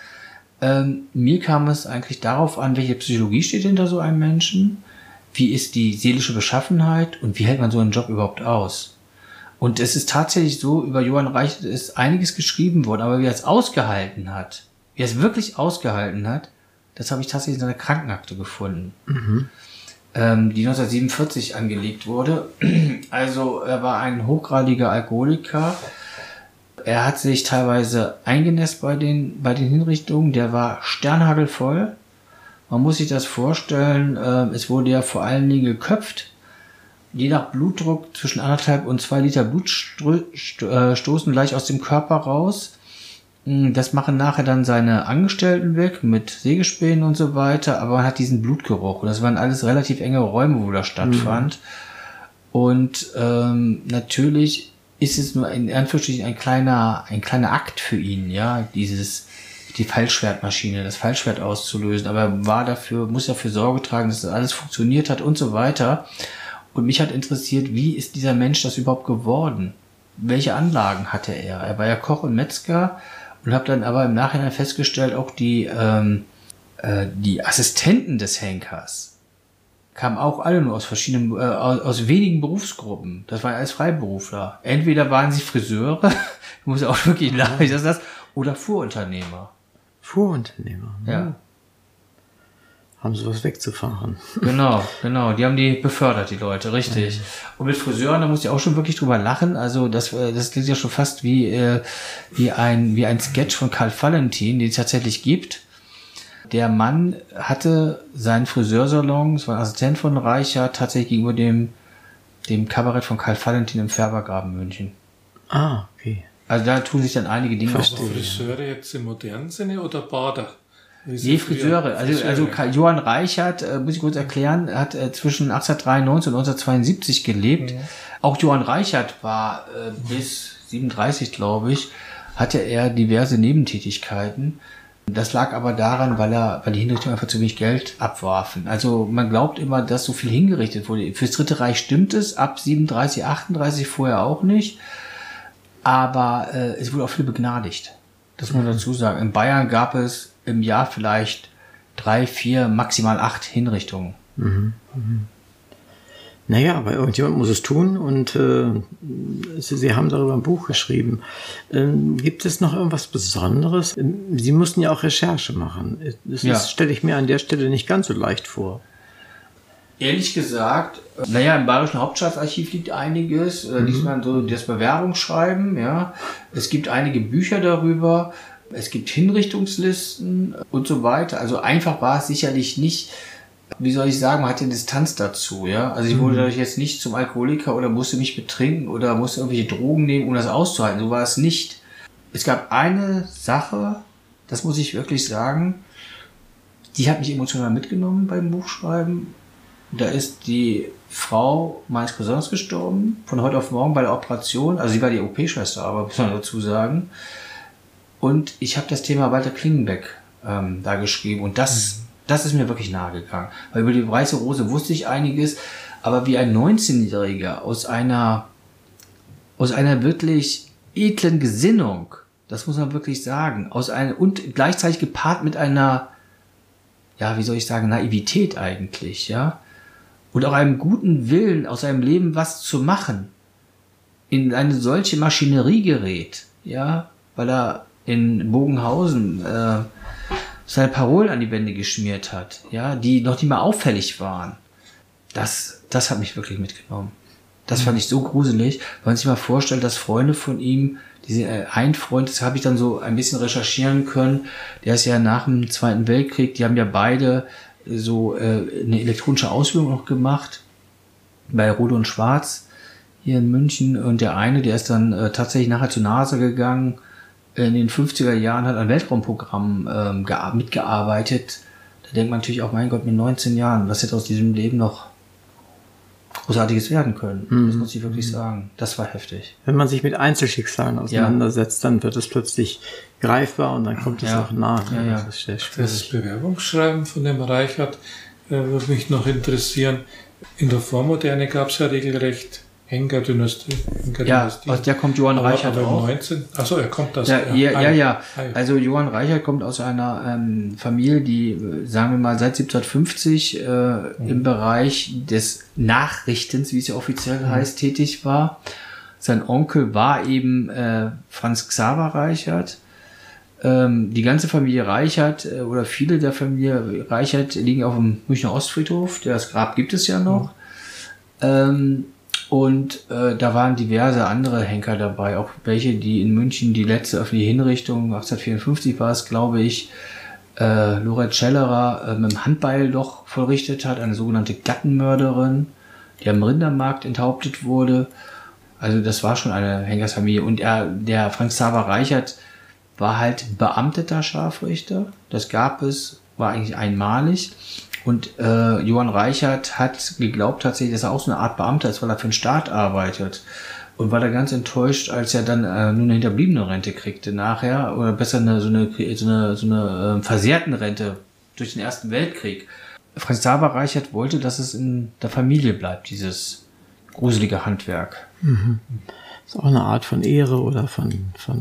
Mir kam es eigentlich darauf an, welche Psychologie steht hinter so einem Menschen, wie ist die seelische Beschaffenheit und wie hält man so einen Job überhaupt aus? Und es ist tatsächlich so, über Johann Reichert ist einiges geschrieben worden, aber wie er es ausgehalten hat, wie er es wirklich ausgehalten hat, das habe ich tatsächlich in seiner Krankenakte gefunden, die 1947 angelegt wurde. Also er war ein hochgradiger Alkoholiker, Er hat sich teilweise eingenässt bei den Hinrichtungen. Der war sternhagelvoll. Man muss sich das vorstellen, es wurde ja vor allen Dingen geköpft. Je nach Blutdruck zwischen 1,5 und 2 Liter Blut stoßen gleich aus dem Körper raus. Das machen nachher dann seine Angestellten weg mit Sägespänen und so weiter, aber man hat diesen Blutgeruch und das waren alles relativ enge Räume, wo das stattfand. Und natürlich ist es nur in Anführungsstrichen ein kleiner Akt für ihn, ja, die Fallschwertmaschine, das Fallschwert auszulösen, aber muss dafür Sorge tragen, dass das alles funktioniert hat und so weiter. Und mich hat interessiert, wie ist dieser Mensch das überhaupt geworden? Welche Anlagen hatte er? Er war ja Koch und Metzger und habe dann aber im Nachhinein festgestellt, auch die Assistenten des Henkers kamen auch alle nur aus aus wenigen Berufsgruppen. Das waren alles Freiberufler. Entweder waren sie Friseure, ich muss auch wirklich lachen, oder Fuhrunternehmer. Fuhrunternehmer. Ja. Haben sie was wegzufahren. Genau. Die haben die befördert, die Leute, richtig. Und mit Friseuren, da muss ich auch schon wirklich drüber lachen. Also das klingt ja schon fast wie ein Sketch von Karl Valentin, den es tatsächlich gibt. Der Mann hatte seinen Friseursalon, das war ein Assistent von Reichert, tatsächlich gegenüber dem Kabarett von Karl Valentin im Färbergraben München. Ah, okay. Also da tun sich dann einige Dinge. Friseure jetzt im modernen Sinne oder Bader? Nee, Friseure. Also Johann Reichert, muss ich kurz erklären, hat zwischen 1893 und 1972 gelebt. Ja. Auch Johann Reichert war bis 37, glaube ich, hatte er diverse Nebentätigkeiten. Das lag aber daran, weil die Hinrichtungen einfach zu wenig Geld abwarfen. Also man glaubt immer, dass so viel hingerichtet wurde. Fürs Dritte Reich stimmt es, ab 37, 38 vorher auch nicht. Aber es wurde auch viel begnadigt. Das muss man dazu sagen. In Bayern gab es im Jahr vielleicht 3, 4, maximal 8 Hinrichtungen. Naja, aber irgendjemand muss es tun und Sie haben darüber ein Buch geschrieben. Gibt es noch irgendwas Besonderes? Sie mussten ja auch Recherche machen. Das stelle ich mir an der Stelle nicht ganz so leicht vor. Ehrlich gesagt, im Bayerischen Hauptstaatsarchiv liegt einiges. Liest man so das Bewerbungsschreiben, ja. Es gibt einige Bücher darüber. Es gibt Hinrichtungslisten und so weiter. Also einfach war es sicherlich nicht, wie soll ich sagen, man hatte Distanz dazu, ja. Also ich wurde dadurch jetzt nicht zum Alkoholiker oder musste mich betrinken oder musste irgendwelche Drogen nehmen, um das auszuhalten. So war es nicht. Es gab eine Sache, das muss ich wirklich sagen, die hat mich emotional mitgenommen beim Buchschreiben. Da ist die Frau meines Cousins gestorben, von heute auf morgen bei der Operation. Also sie war die OP-Schwester, aber muss man dazu sagen. Und ich habe das Thema Walter Klingenbeck da geschrieben. Und das ist mir wirklich nahe gegangen. Weil über die Weiße Rose wusste ich einiges. Aber wie ein 19-Jähriger aus einer wirklich edlen Gesinnung, das muss man wirklich sagen, und gleichzeitig gepaart mit einer, ja, wie soll ich sagen, Naivität eigentlich, ja. Und auch einem guten Willen, aus seinem Leben was zu machen, in eine solche Maschinerie gerät, ja, weil er in Bogenhausen seine Parolen an die Wände geschmiert hat, ja, die noch nicht mal auffällig waren. Das hat mich wirklich mitgenommen. Das fand ich so gruselig, weil man sich mal vorstellt, dass Freunde von ihm, ein Freund, das habe ich dann so ein bisschen recherchieren können, der ist ja nach dem Zweiten Weltkrieg, die haben ja beide so eine elektronische Ausbildung noch gemacht bei Rot und Schwarz hier in München, und der eine, der ist dann tatsächlich nachher zur NASA gegangen, in den 50er Jahren hat an Weltraumprogrammen mitgearbeitet. Da denkt man natürlich auch, mein Gott, mit 19 Jahren, was hätte aus diesem Leben noch Großartiges werden können. Das muss ich wirklich sagen. Das war heftig. Wenn man sich mit Einzelschicksalen auseinandersetzt, dann wird es plötzlich greifbar und dann kommt es auch nah. Ja. Das Bewerbungsschreiben von dem Reichert würde mich noch interessieren. In der Vormoderne gab es ja regelrecht Henker-Dynastie. Aus der kommt Johann Reichert aber auch. Achso, er kommt aus Also Johann Reichert kommt aus einer Familie, die, sagen wir mal, seit 1750 im Bereich des Nachrichtens, wie es ja offiziell heißt, tätig war. Sein Onkel war eben Franz Xaver Reichert. Die ganze Familie Reichert oder viele der Familie Reichert liegen auf dem Münchner Ostfriedhof. Das Grab gibt es ja noch. Und da waren diverse andere Henker dabei, auch welche, die in München die letzte öffentliche Hinrichtung, 1854 war es, glaube ich, Loret Schellerer mit dem Handbeil doch vollrichtet hat, eine sogenannte Gattenmörderin, die am Rindermarkt enthauptet wurde. Also das war schon eine Henkersfamilie. Und der Frank Xaver Reichert war halt beamteter Scharfrichter. Das gab es, war eigentlich einmalig. Und Johann Reichert hat geglaubt tatsächlich, dass er auch so eine Art Beamter ist, weil er für den Staat arbeitet. Und war da ganz enttäuscht, als er dann nur eine hinterbliebene Rente kriegte nachher, oder besser so eine versehrten Rente durch den Ersten Weltkrieg. Frank Xaver Reichert wollte, dass es in der Familie bleibt, dieses gruselige Handwerk. Mhm. Ist auch eine Art von Ehre oder von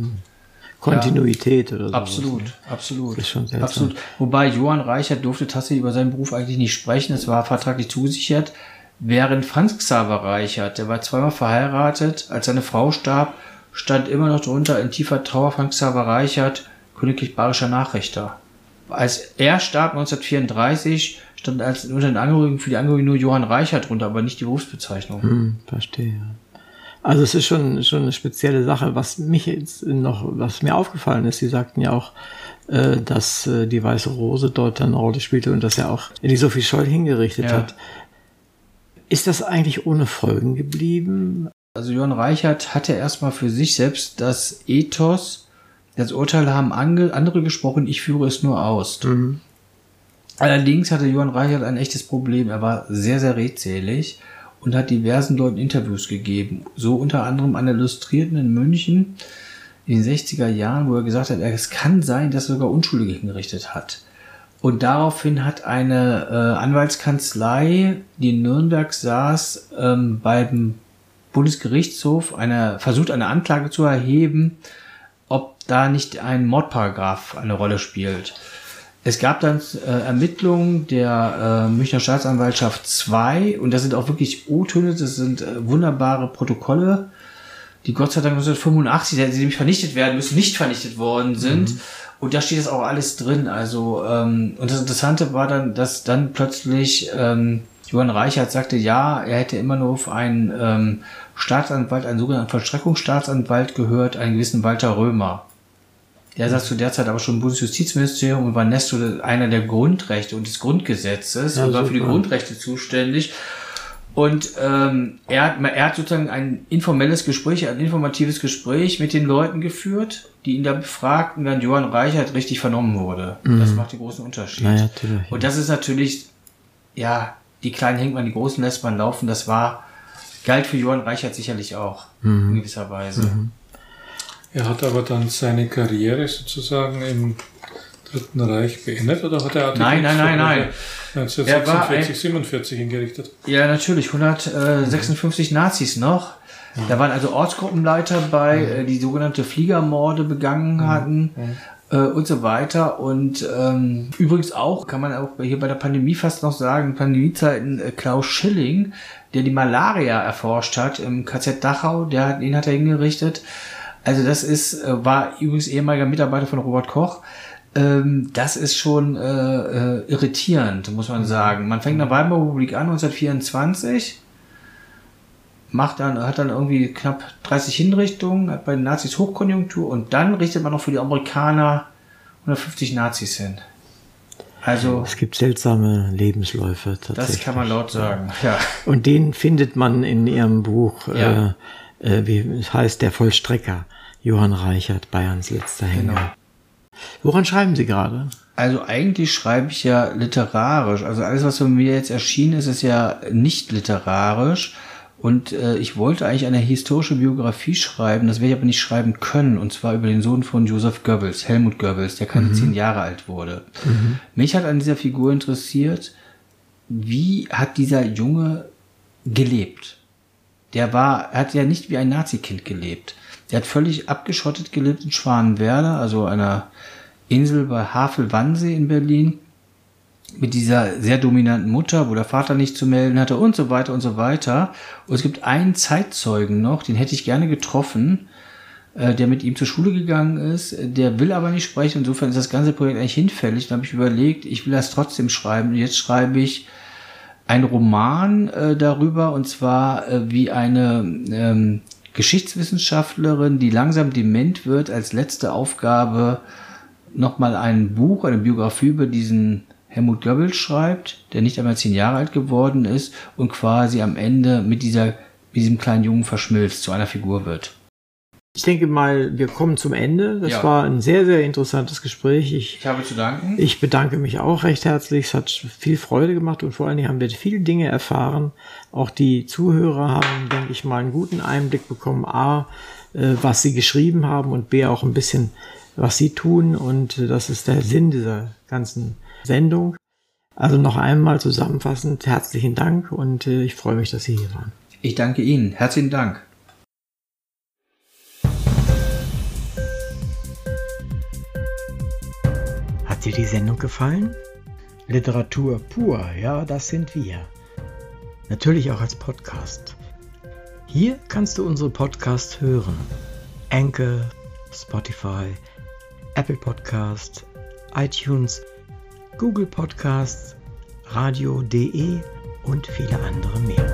Kontinuität oder so. Absolut, absolut. Das ist schon seltsam. Absolut. Wobei Johann Reichert durfte tatsächlich über seinen Beruf eigentlich nicht sprechen. Es war vertraglich zugesichert. Während Franz Xaver Reichert, der war zweimal verheiratet, als seine Frau starb, stand immer noch drunter in tiefer Trauer Franz Xaver Reichert, königlich bayerischer Nachrichter. Als er starb 1934, stand unter den Angehörigen für die Angehörigen nur Johann Reichert drunter, aber nicht die Berufsbezeichnung. Verstehe. Also es ist schon eine spezielle Sache. Was mir aufgefallen ist, Sie sagten ja auch, dass die Weiße Rose dort eine Rolle spielte und dass er auch die Sophie Scholl hingerichtet hat. Ist das eigentlich ohne Folgen geblieben? Also Johann Reichert hatte erstmal für sich selbst das Ethos, das Urteil haben andere gesprochen, ich führe es nur aus. Mhm. Allerdings hatte Johann Reichert ein echtes Problem. Er war sehr, sehr redselig und hat diversen Leuten Interviews gegeben. So unter anderem an der Illustrierten in München in den 60er Jahren, wo er gesagt hat, es kann sein, dass er sogar Unschuldige hingerichtet hat. Und daraufhin hat eine Anwaltskanzlei, die in Nürnberg saß, beim Bundesgerichtshof versucht, eine Anklage zu erheben, ob da nicht ein Mordparagraph eine Rolle spielt. Es gab dann Ermittlungen der Münchner Staatsanwaltschaft 2 und das sind auch wirklich O-Töne, das sind wunderbare Protokolle, die Gott sei Dank 1985, die nämlich vernichtet werden müssen, nicht vernichtet worden sind. Und da steht das auch alles drin. Also und das Interessante war dann, dass dann plötzlich Johann Reichert sagte, ja, er hätte immer nur auf einen Staatsanwalt, einen sogenannten Vollstreckungsstaatsanwalt gehört, einen gewissen Walter Römer. Der saß zu der Zeit aber schon im Bundesjustizministerium und war Nestor einer der Grundrechte und des Grundgesetzes und war für die Grundrechte zuständig. Und er hat sozusagen ein informelles Gespräch, ein informatives Gespräch mit den Leuten geführt, die ihn da befragten, während Johann Reichert richtig vernommen wurde. Das macht den großen Unterschied. Naja, und das ist natürlich, ja, die Kleinen hängt man, die Großen lässt man laufen. Das galt für Johann Reichert sicherlich auch, in gewisser Weise. Er hat aber dann seine Karriere sozusagen im Dritten Reich beendet, oder hat er Nein. 1946, 47 hingerichtet? Ja, natürlich, 156 Nazis noch. Da waren also Ortsgruppenleiter bei, die sogenannte Fliegermorde begangen hatten und so weiter. Und übrigens auch, kann man auch hier bei der Pandemie fast noch sagen, Pandemiezeiten, Klaus Schilling, der die Malaria erforscht hat im KZ Dachau, den hat er hingerichtet. Also das war übrigens ehemaliger Mitarbeiter von Robert Koch. Das ist schon irritierend, muss man sagen. Man fängt in der Weimarer Republik an, 1924, hat dann irgendwie knapp 30 Hinrichtungen, hat bei den Nazis Hochkonjunktur und dann richtet man noch für die Amerikaner 150 Nazis hin. Also es gibt seltsame Lebensläufe tatsächlich. Das kann man laut sagen, ja. Und den findet man in Ihrem Buch, wie es heißt, der Vollstrecker, Johann Reichert, Bayerns letzter Henker. Genau. Woran schreiben Sie gerade? Also eigentlich schreibe ich ja literarisch. Also alles, was von mir jetzt erschienen ist, ist ja nicht literarisch. Und ich wollte eigentlich eine historische Biografie schreiben, das werde ich aber nicht schreiben können. Und zwar über den Sohn von Joseph Goebbels, Helmut Goebbels, der keine 10 Jahre alt wurde. Mich hat an dieser Figur interessiert, wie hat dieser Junge gelebt? Er hat ja nicht wie ein Nazikind gelebt. Der hat völlig abgeschottet gelebt in Schwanenwerder, also einer Insel bei Havel-Wannsee in Berlin, mit dieser sehr dominanten Mutter, wo der Vater nichts zu melden hatte und so weiter und so weiter. Und es gibt einen Zeitzeugen noch, den hätte ich gerne getroffen, der mit ihm zur Schule gegangen ist. Der will aber nicht sprechen. Insofern ist das ganze Projekt eigentlich hinfällig. Dann habe ich überlegt, ich will das trotzdem schreiben. Und jetzt schreibe ich ein Roman darüber, und zwar wie eine Geschichtswissenschaftlerin, die langsam dement wird, als letzte Aufgabe nochmal ein Buch, eine Biografie über diesen Helmut Goebbels schreibt, der nicht einmal 10 Jahre alt geworden ist und quasi am Ende mit diesem kleinen Jungen verschmilzt, zu einer Figur wird. Ich denke mal, wir kommen zum Ende. Das war ein sehr, sehr interessantes Gespräch. Ich habe zu danken. Ich bedanke mich auch recht herzlich. Es hat viel Freude gemacht und vor allen Dingen haben wir viele Dinge erfahren. Auch die Zuhörer haben, denke ich mal, einen guten Einblick bekommen. A, was sie geschrieben haben und B, auch ein bisschen, was sie tun. Und das ist der Sinn dieser ganzen Sendung. Also noch einmal zusammenfassend, herzlichen Dank und ich freue mich, dass Sie hier waren. Ich danke Ihnen. Herzlichen Dank. Hat dir die Sendung gefallen? Literatur pur, ja, das sind wir. Natürlich auch als Podcast. Hier kannst du unsere Podcasts hören. Anchor, Spotify, Apple Podcast, iTunes, Google Podcasts, radio.de und viele andere mehr.